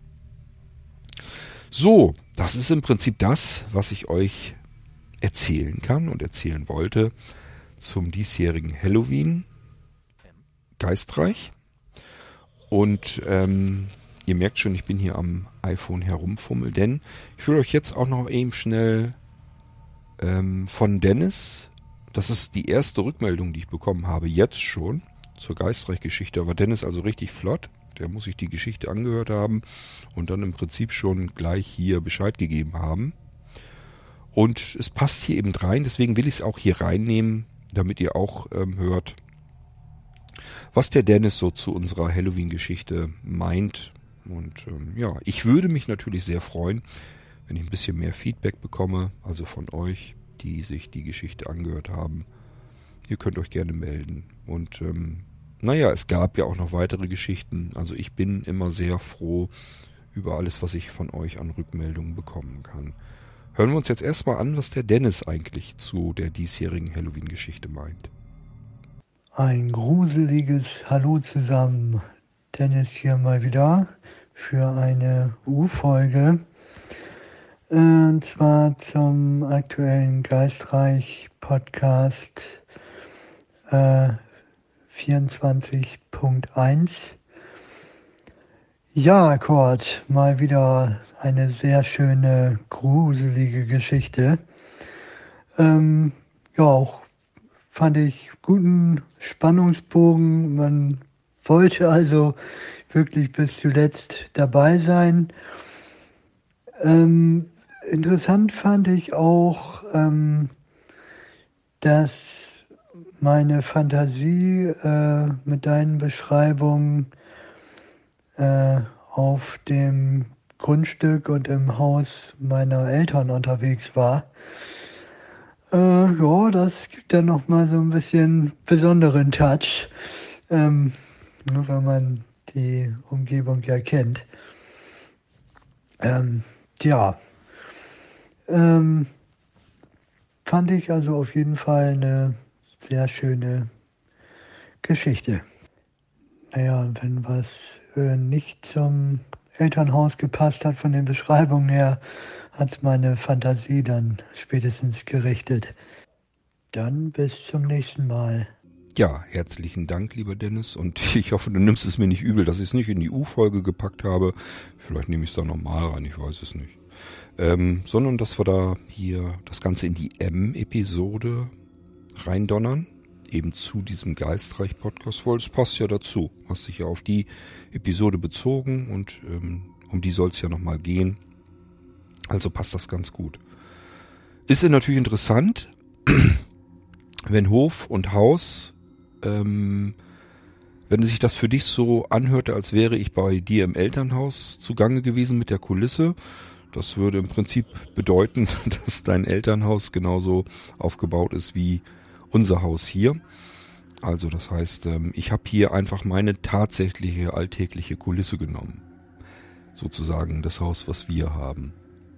So, das ist im Prinzip das, was ich euch erzählen kann und erzählen wollte zum diesjährigen Halloween Geistreich. Und ähm, ihr merkt schon, ich bin hier am iPhone herumfummel, denn ich will euch jetzt auch noch eben schnell ähm, von Dennis, das ist die erste Rückmeldung, die ich bekommen habe, jetzt schon zur Geistreich-Geschichte. Da war Dennis also richtig flott, der muss sich die Geschichte angehört haben und dann im Prinzip schon gleich hier Bescheid gegeben haben. Und es passt hier eben rein, deswegen will ich es auch hier reinnehmen, damit ihr auch ähm, hört, was der Dennis so zu unserer Halloween-Geschichte meint. Und ähm, ja, ich würde mich natürlich sehr freuen, wenn ich ein bisschen mehr Feedback bekomme, also von euch, die sich die Geschichte angehört haben. Ihr könnt euch gerne melden. Und ähm, naja, es gab ja auch noch weitere Geschichten. Also ich bin immer sehr froh über alles, was ich von euch an Rückmeldungen bekommen kann. Hören wir uns jetzt erstmal an, was der Dennis eigentlich zu der diesjährigen Halloween-Geschichte meint. Ein gruseliges Hallo zusammen. Dennis hier mal wieder für eine U-Folge. Und zwar zum aktuellen Geistreich-Podcast äh, vierundzwanzig Punkt eins. Ja, Kurt, mal wieder eine sehr schöne, gruselige Geschichte. Ähm, ja, auch fand ich guten Spannungsbogen. Man wollte also wirklich bis zuletzt dabei sein. Ähm, interessant fand ich auch, ähm, dass meine Fantasie äh, mit deinen Beschreibungen äh, auf dem Grundstück und im Haus meiner Eltern unterwegs war. Äh, ja, das gibt dann nochmal so ein bisschen besonderen Touch, ähm, nur wenn man die Umgebung ja kennt. Ähm, ja, ähm, fand ich also auf jeden Fall eine sehr schöne Geschichte. Naja, wenn was äh, nicht zum Elternhaus gepasst hat von den Beschreibungen her, hat meine Fantasie dann spätestens gerichtet. Dann bis zum nächsten Mal. Ja, herzlichen Dank, lieber Dennis. Und ich hoffe, du nimmst es mir nicht übel, dass ich es nicht in die U-Folge gepackt habe. Vielleicht nehme ich es da nochmal rein, ich weiß es nicht. Ähm, sondern dass wir da hier das Ganze in die M-Episode reindonnern. Eben zu diesem Geistreich-Podcast, weil es passt ja dazu. Hast dich ja auf die Episode bezogen und ähm, um die soll es ja nochmal gehen. Also passt das ganz gut. Ist ja natürlich interessant, wenn Hof und Haus, ähm, wenn sich das für dich so anhörte, als wäre ich bei dir im Elternhaus zugange gewesen mit der Kulisse. Das würde im Prinzip bedeuten, dass dein Elternhaus genauso aufgebaut ist wie unser Haus hier. Also das heißt, ich habe hier einfach meine tatsächliche alltägliche Kulisse genommen. Sozusagen das Haus, was wir haben.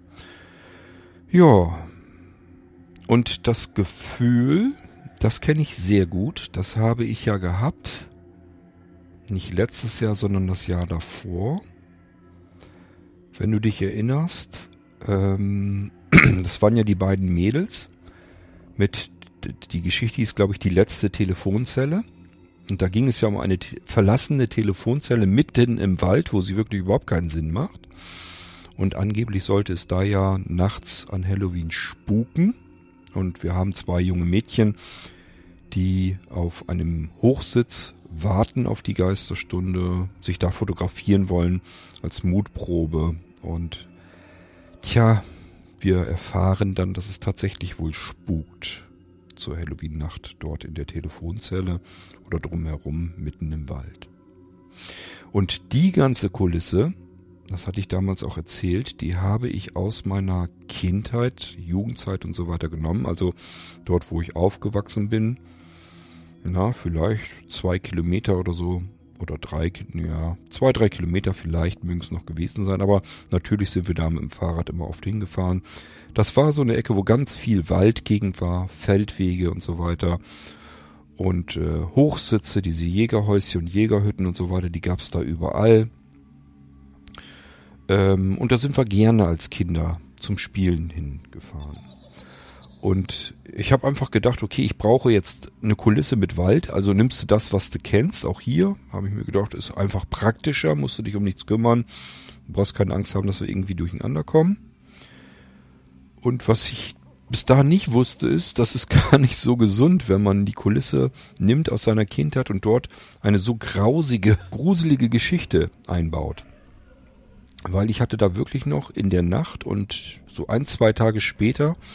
Ja, und das Gefühl, das kenne ich sehr gut. Das habe ich ja gehabt. Nicht letztes Jahr, sondern das Jahr davor. Wenn du dich erinnerst, ähm, das waren ja die beiden Mädels mit die Geschichte ist, glaube ich, die letzte Telefonzelle. Und da ging es ja um eine te- verlassene Telefonzelle mitten im Wald, wo sie wirklich überhaupt keinen Sinn macht. Und angeblich sollte es da ja nachts an Halloween spuken. Und wir haben zwei junge Mädchen, die auf einem Hochsitz warten auf die Geisterstunde, sich da fotografieren wollen als Mutprobe. Und tja, wir erfahren dann, dass es tatsächlich wohl spukt. Zur Halloween-Nacht dort in der Telefonzelle oder drumherum mitten im Wald. Und die ganze Kulisse, das hatte ich damals auch erzählt, die habe ich aus meiner Kindheit, Jugendzeit und so weiter genommen. Also dort, wo ich aufgewachsen bin, na, vielleicht zwei Kilometer oder so, oder drei, ja, zwei, drei Kilometer vielleicht mögen es noch gewesen sein, aber natürlich sind wir da mit dem Fahrrad immer oft hingefahren. Das war so eine Ecke, wo ganz viel Waldgegend war, Feldwege und so weiter. Und äh, Hochsitze, diese Jägerhäuschen und Jägerhütten und so weiter, die gab's da überall. Ähm, und da sind wir gerne als Kinder zum Spielen hingefahren. Und ich habe einfach gedacht, okay, ich brauche jetzt eine Kulisse mit Wald, also nimmst du das, was du kennst, auch hier, habe ich mir gedacht, ist einfach praktischer, musst du dich um nichts kümmern, du brauchst keine Angst haben, dass wir irgendwie durcheinander kommen. Und was ich bis dahin nicht wusste, ist, dass es gar nicht so gesund, wenn man die Kulisse nimmt aus seiner Kindheit und dort eine so grausige, gruselige Geschichte einbaut. Weil ich hatte da wirklich noch in der Nacht und so ein, zwei Tage später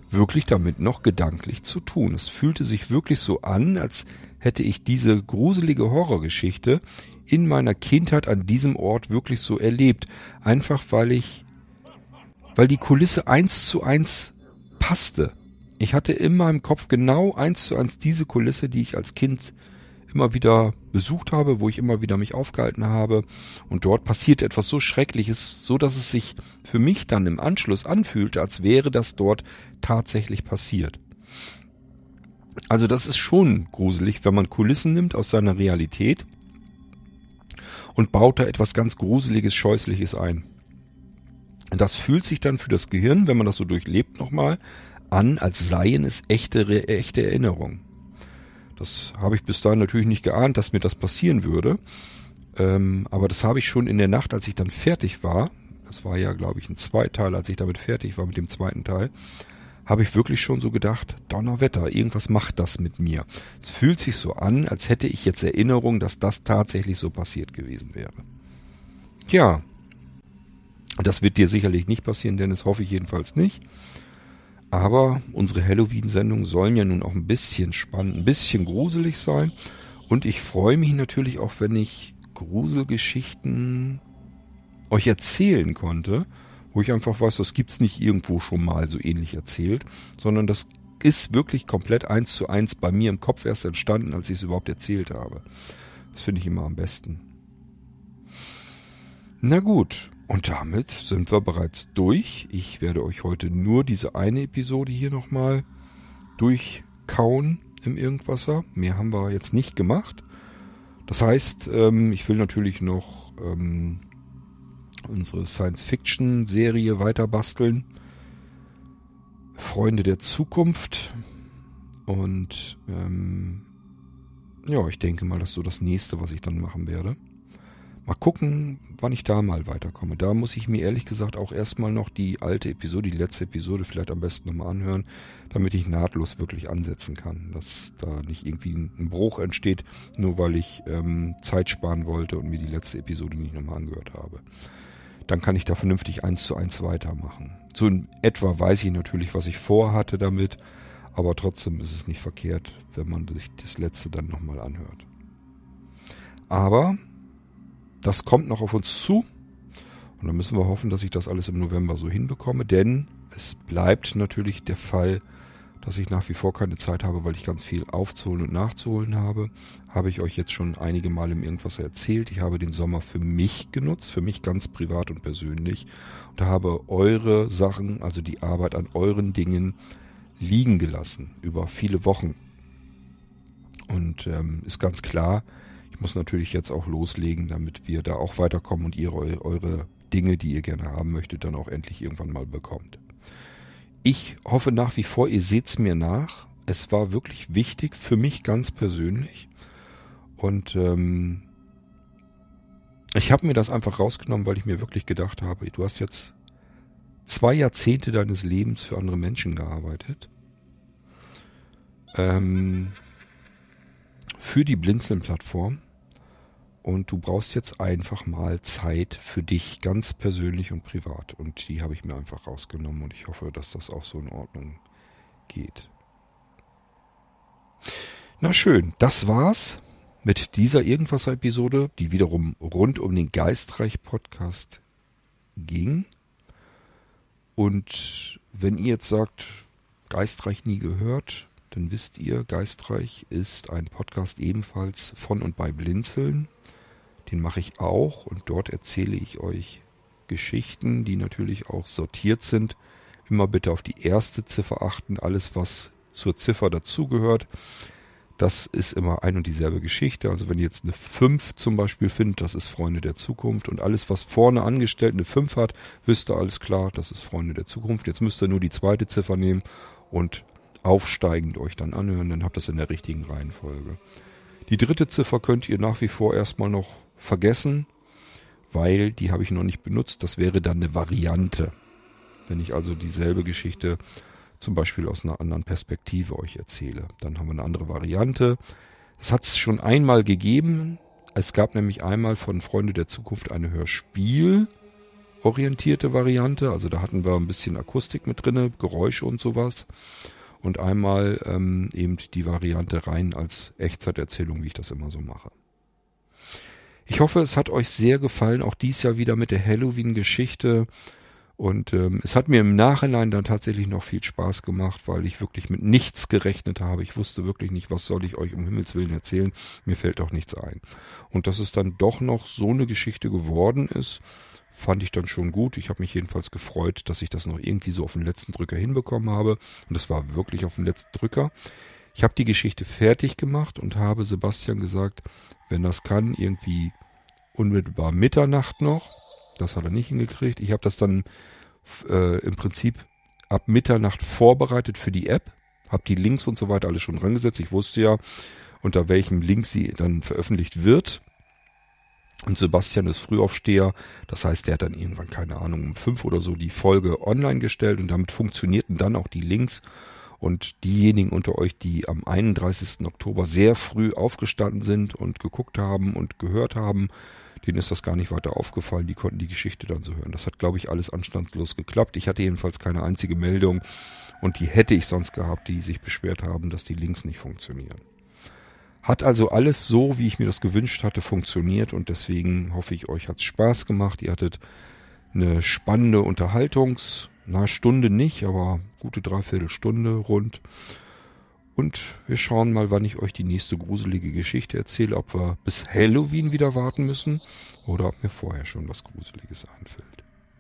wirklich damit noch gedanklich zu tun. Es fühlte sich wirklich so an, als hätte ich diese gruselige Horrorgeschichte in meiner Kindheit an diesem Ort wirklich so erlebt. Einfach weil ich, weil die Kulisse eins zu eins passte. Ich hatte in meinem Kopf genau eins zu eins diese Kulisse, die ich als Kind immer wieder besucht habe, wo ich immer wieder mich aufgehalten habe. Und dort passiert etwas so Schreckliches, so dass es sich für mich dann im Anschluss anfühlte, als wäre das dort tatsächlich passiert. Also das ist schon gruselig, wenn man Kulissen nimmt aus seiner Realität und baut da etwas ganz Gruseliges, Scheußliches ein. Und das fühlt sich dann für das Gehirn, wenn man das so durchlebt nochmal, an, als seien es echte, echte Erinnerungen. Das habe ich bis dahin natürlich nicht geahnt, dass mir das passieren würde. Ähm, aber das habe ich schon in der Nacht, als ich dann fertig war, das war ja, glaube ich, ein Zweiteil, als ich damit fertig war mit dem zweiten Teil, habe ich wirklich schon so gedacht, Donnerwetter, irgendwas macht das mit mir. Es fühlt sich so an, als hätte ich jetzt Erinnerung, dass das tatsächlich so passiert gewesen wäre. Ja, das wird dir sicherlich nicht passieren, denn das hoffe ich jedenfalls nicht. Aber unsere Halloween-Sendungen sollen ja nun auch ein bisschen spannend, ein bisschen gruselig sein. Und ich freue mich natürlich auch, wenn ich Gruselgeschichten euch erzählen konnte, wo ich einfach weiß, das gibt's nicht irgendwo schon mal so ähnlich erzählt, sondern das ist wirklich komplett eins zu eins bei mir im Kopf erst entstanden, als ich es überhaupt erzählt habe. Das finde ich immer am besten. Na gut. Und damit sind wir bereits durch. Ich werde euch heute nur diese eine Episode hier nochmal durchkauen im Irgendwasser. Mehr haben wir jetzt nicht gemacht. Das heißt, ähm, ich will natürlich noch ähm, unsere Science-Fiction-Serie weiter basteln. Freunde der Zukunft. Und ähm, ja, ich denke mal, das ist so das nächste, was ich dann machen werde. Mal gucken, wann ich da mal weiterkomme. Da muss ich mir ehrlich gesagt auch erstmal noch die alte Episode, die letzte Episode vielleicht am besten nochmal anhören, damit ich nahtlos wirklich ansetzen kann. Dass da nicht irgendwie ein Bruch entsteht, nur weil ich ähm, Zeit sparen wollte und mir die letzte Episode nicht nochmal angehört habe. Dann kann ich da vernünftig eins zu eins weitermachen. So in etwa weiß ich natürlich, was ich vorhatte damit, aber trotzdem ist es nicht verkehrt, wenn man sich das letzte dann nochmal anhört. Aber das kommt noch auf uns zu und dann müssen wir hoffen, dass ich das alles im November so hinbekomme, denn es bleibt natürlich der Fall, dass ich nach wie vor keine Zeit habe, weil ich ganz viel aufzuholen und nachzuholen habe. Habe ich euch jetzt schon einige Mal im Irgendwas erzählt. Ich habe den Sommer für mich genutzt, für mich ganz privat und persönlich und habe eure Sachen, also die Arbeit an euren Dingen liegen gelassen über viele Wochen. Und ähm, ist ganz klar, ich muss natürlich jetzt auch loslegen, damit wir da auch weiterkommen und ihr eure Dinge, die ihr gerne haben möchtet, dann auch endlich irgendwann mal bekommt. Ich hoffe nach wie vor, ihr seht's mir nach. Es war wirklich wichtig für mich ganz persönlich. Und ähm, ich habe mir das einfach rausgenommen, weil ich mir wirklich gedacht habe, du hast jetzt zwei Jahrzehnte deines Lebens für andere Menschen gearbeitet. Ähm, für die Blinzeln-Plattform. Und du brauchst jetzt einfach mal Zeit für dich, ganz persönlich und privat. Und die habe ich mir einfach rausgenommen und ich hoffe, dass das auch so in Ordnung geht. Na schön, das war's mit dieser Irgendwas-Episode, die wiederum rund um den Geistreich-Podcast ging. Und wenn ihr jetzt sagt, Geistreich nie gehört, dann wisst ihr, Geistreich ist ein Podcast ebenfalls von und bei Blinzeln. Den mache ich auch und dort erzähle ich euch Geschichten, die natürlich auch sortiert sind. Immer bitte auf die erste Ziffer achten. Alles, was zur Ziffer dazugehört, das ist immer ein und dieselbe Geschichte. Also wenn ihr jetzt eine fünf zum Beispiel findet, das ist Freunde der Zukunft. Und alles, was vorne angestellt eine fünf hat, wisst ihr alles klar, das ist Freunde der Zukunft. Jetzt müsst ihr nur die zweite Ziffer nehmen und aufsteigend euch dann anhören, dann habt ihr es in der richtigen Reihenfolge. Die dritte Ziffer könnt ihr nach wie vor erstmal noch vergessen, weil die habe ich noch nicht benutzt. Das wäre dann eine Variante. Wenn ich also dieselbe Geschichte zum Beispiel aus einer anderen Perspektive euch erzähle, dann haben wir eine andere Variante. Es hat es schon einmal gegeben. Es gab nämlich einmal von Freunde der Zukunft ein Hörspiel zeitorientierte Variante. Also da hatten wir ein bisschen Akustik mit drinne, Geräusche und sowas. Und einmal ähm, eben die Variante rein als Echtzeiterzählung, wie ich das immer so mache. Ich hoffe, es hat euch sehr gefallen, auch dies Jahr wieder mit der Halloween-Geschichte. Und ähm, es hat mir im Nachhinein dann tatsächlich noch viel Spaß gemacht, weil ich wirklich mit nichts gerechnet habe. Ich wusste wirklich nicht, was soll ich euch um Himmels Willen erzählen. Mir fällt auch nichts ein. Und dass es dann doch noch so eine Geschichte geworden ist, fand ich dann schon gut. Ich habe mich jedenfalls gefreut, dass ich das noch irgendwie so auf den letzten Drücker hinbekommen habe. Und es war wirklich auf den letzten Drücker. Ich habe die Geschichte fertig gemacht und habe Sebastian gesagt, wenn das kann, irgendwie unmittelbar Mitternacht noch. Das hat er nicht hingekriegt. Ich habe das dann äh, im Prinzip ab Mitternacht vorbereitet für die App. Habe die Links und so weiter alles schon rangesetzt. Ich wusste ja, unter welchem Link sie dann veröffentlicht wird. Und Sebastian ist Frühaufsteher. Das heißt, der hat dann irgendwann, keine Ahnung, um fünf oder so die Folge online gestellt. Und damit funktionierten dann auch die Links. Und diejenigen unter euch, die am einunddreißigsten Oktober sehr früh aufgestanden sind und geguckt haben und gehört haben, denen ist das gar nicht weiter aufgefallen. Die konnten die Geschichte dann so hören. Das hat, glaube ich, alles anstandslos geklappt. Ich hatte jedenfalls keine einzige Meldung und die hätte ich sonst gehabt, die sich beschwert haben, dass die Links nicht funktionieren. Hat also alles so, wie ich mir das gewünscht hatte, funktioniert und deswegen hoffe ich, euch hat's Spaß gemacht. Ihr hattet eine spannende Unterhaltungs- Na, Stunde nicht, aber gute Dreiviertelstunde rund. Und wir schauen mal, wann ich euch die nächste gruselige Geschichte erzähle, ob wir bis Halloween wieder warten müssen oder ob mir vorher schon was Gruseliges einfällt.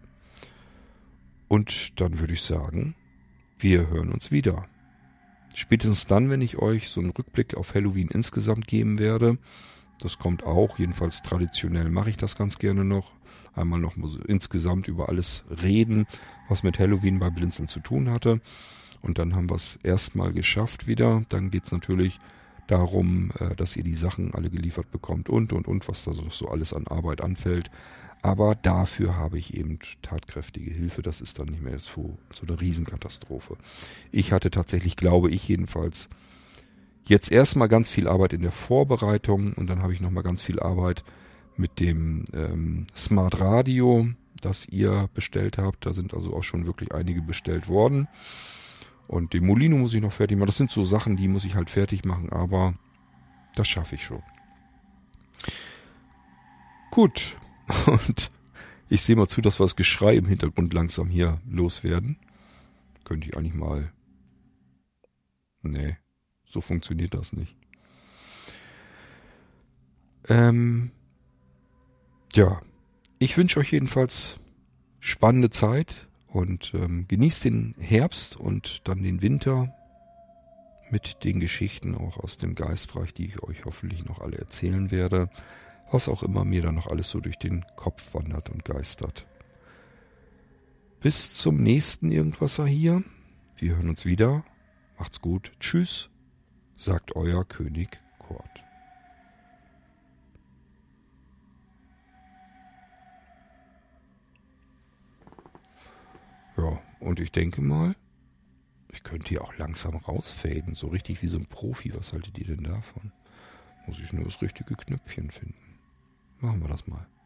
Und dann würde ich sagen, wir hören uns wieder. Spätestens dann, wenn ich euch so einen Rückblick auf Halloween insgesamt geben werde. Das kommt auch, jedenfalls traditionell mache ich das ganz gerne noch. Einmal noch mal so insgesamt über alles reden, was mit Halloween bei Blinzeln zu tun hatte. Und dann haben wir es erstmal geschafft wieder. Dann geht es natürlich darum, dass ihr die Sachen alle geliefert bekommt und, und, und, was da so alles an Arbeit anfällt. Aber dafür habe ich eben tatkräftige Hilfe. Das ist dann nicht mehr so, so eine Riesenkatastrophe. Ich hatte tatsächlich, glaube ich jedenfalls, jetzt erstmal ganz viel Arbeit in der Vorbereitung und dann habe ich nochmal ganz viel Arbeit mit dem ähm, Smart Radio, das ihr bestellt habt. Da sind also auch schon wirklich einige bestellt worden. Und den Molino muss ich noch fertig machen. Das sind so Sachen, die muss ich halt fertig machen, aber das schaffe ich schon. Gut. Und ich sehe mal zu, dass wir das Geschrei im Hintergrund langsam hier loswerden. Könnte ich eigentlich mal... Nee, so funktioniert das nicht. Ähm... Ja, ich wünsche euch jedenfalls spannende Zeit und ähm, genießt den Herbst und dann den Winter mit den Geschichten auch aus dem Geistreich, die ich euch hoffentlich noch alle erzählen werde, was auch immer mir dann noch alles so durch den Kopf wandert und geistert. Bis zum nächsten Irgendwasser hier. Wir hören uns wieder. Macht's gut. Tschüss, sagt euer König Kurt. Ja, und ich denke mal, ich könnte hier auch langsam rausfaden, so richtig wie so ein Profi. Was haltet ihr denn davon? Muss ich nur das richtige Knöpfchen finden. Machen wir das mal.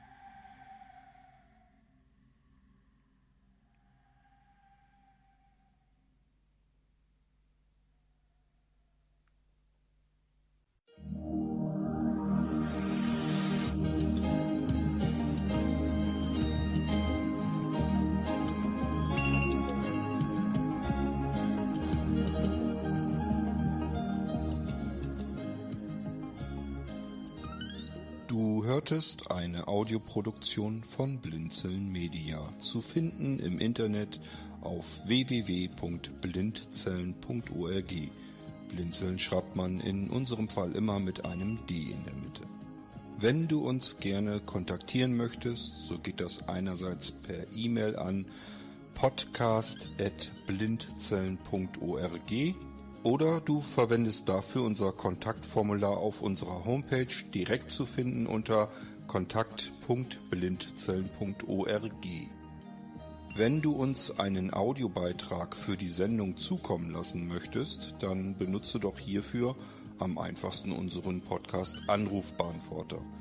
Du hörtest eine Audioproduktion von Blinzeln Media, zu finden im Internet auf w w w punkt blindzellen punkt org. Blinzeln schreibt man in unserem Fall immer mit einem D in der Mitte. Wenn du uns gerne kontaktieren möchtest, so geht das einerseits per E-Mail an podcast at blindzellen punkt org oder du verwendest dafür unser Kontaktformular auf unserer Homepage, direkt zu finden unter kontakt punkt blindzellen punkt org. Wenn du uns einen Audiobeitrag für die Sendung zukommen lassen möchtest, dann benutze doch hierfür am einfachsten unseren Podcast Anrufbeantworter.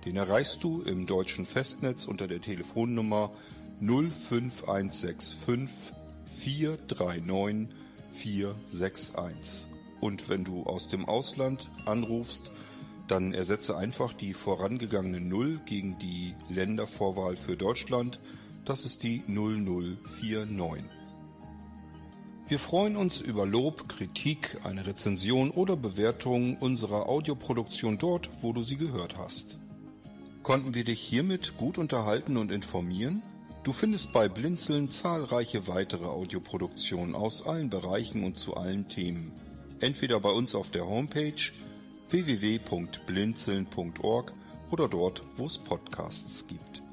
Den erreichst du im deutschen Festnetz unter der Telefonnummer null fünf eins sechs fünf vier drei neun vier sechs eins. Und wenn du aus dem Ausland anrufst, dann ersetze einfach die vorangegangene Null gegen die Ländervorwahl für Deutschland. Das ist die null null vier neun. Wir freuen uns über Lob, Kritik, eine Rezension oder Bewertung unserer Audioproduktion dort, wo du sie gehört hast. Konnten wir dich hiermit gut unterhalten und informieren? Du findest bei Blinzeln zahlreiche weitere Audioproduktionen aus allen Bereichen und zu allen Themen. Entweder bei uns auf der Homepage w w w punkt blinzeln punkt org oder dort, wo es Podcasts gibt.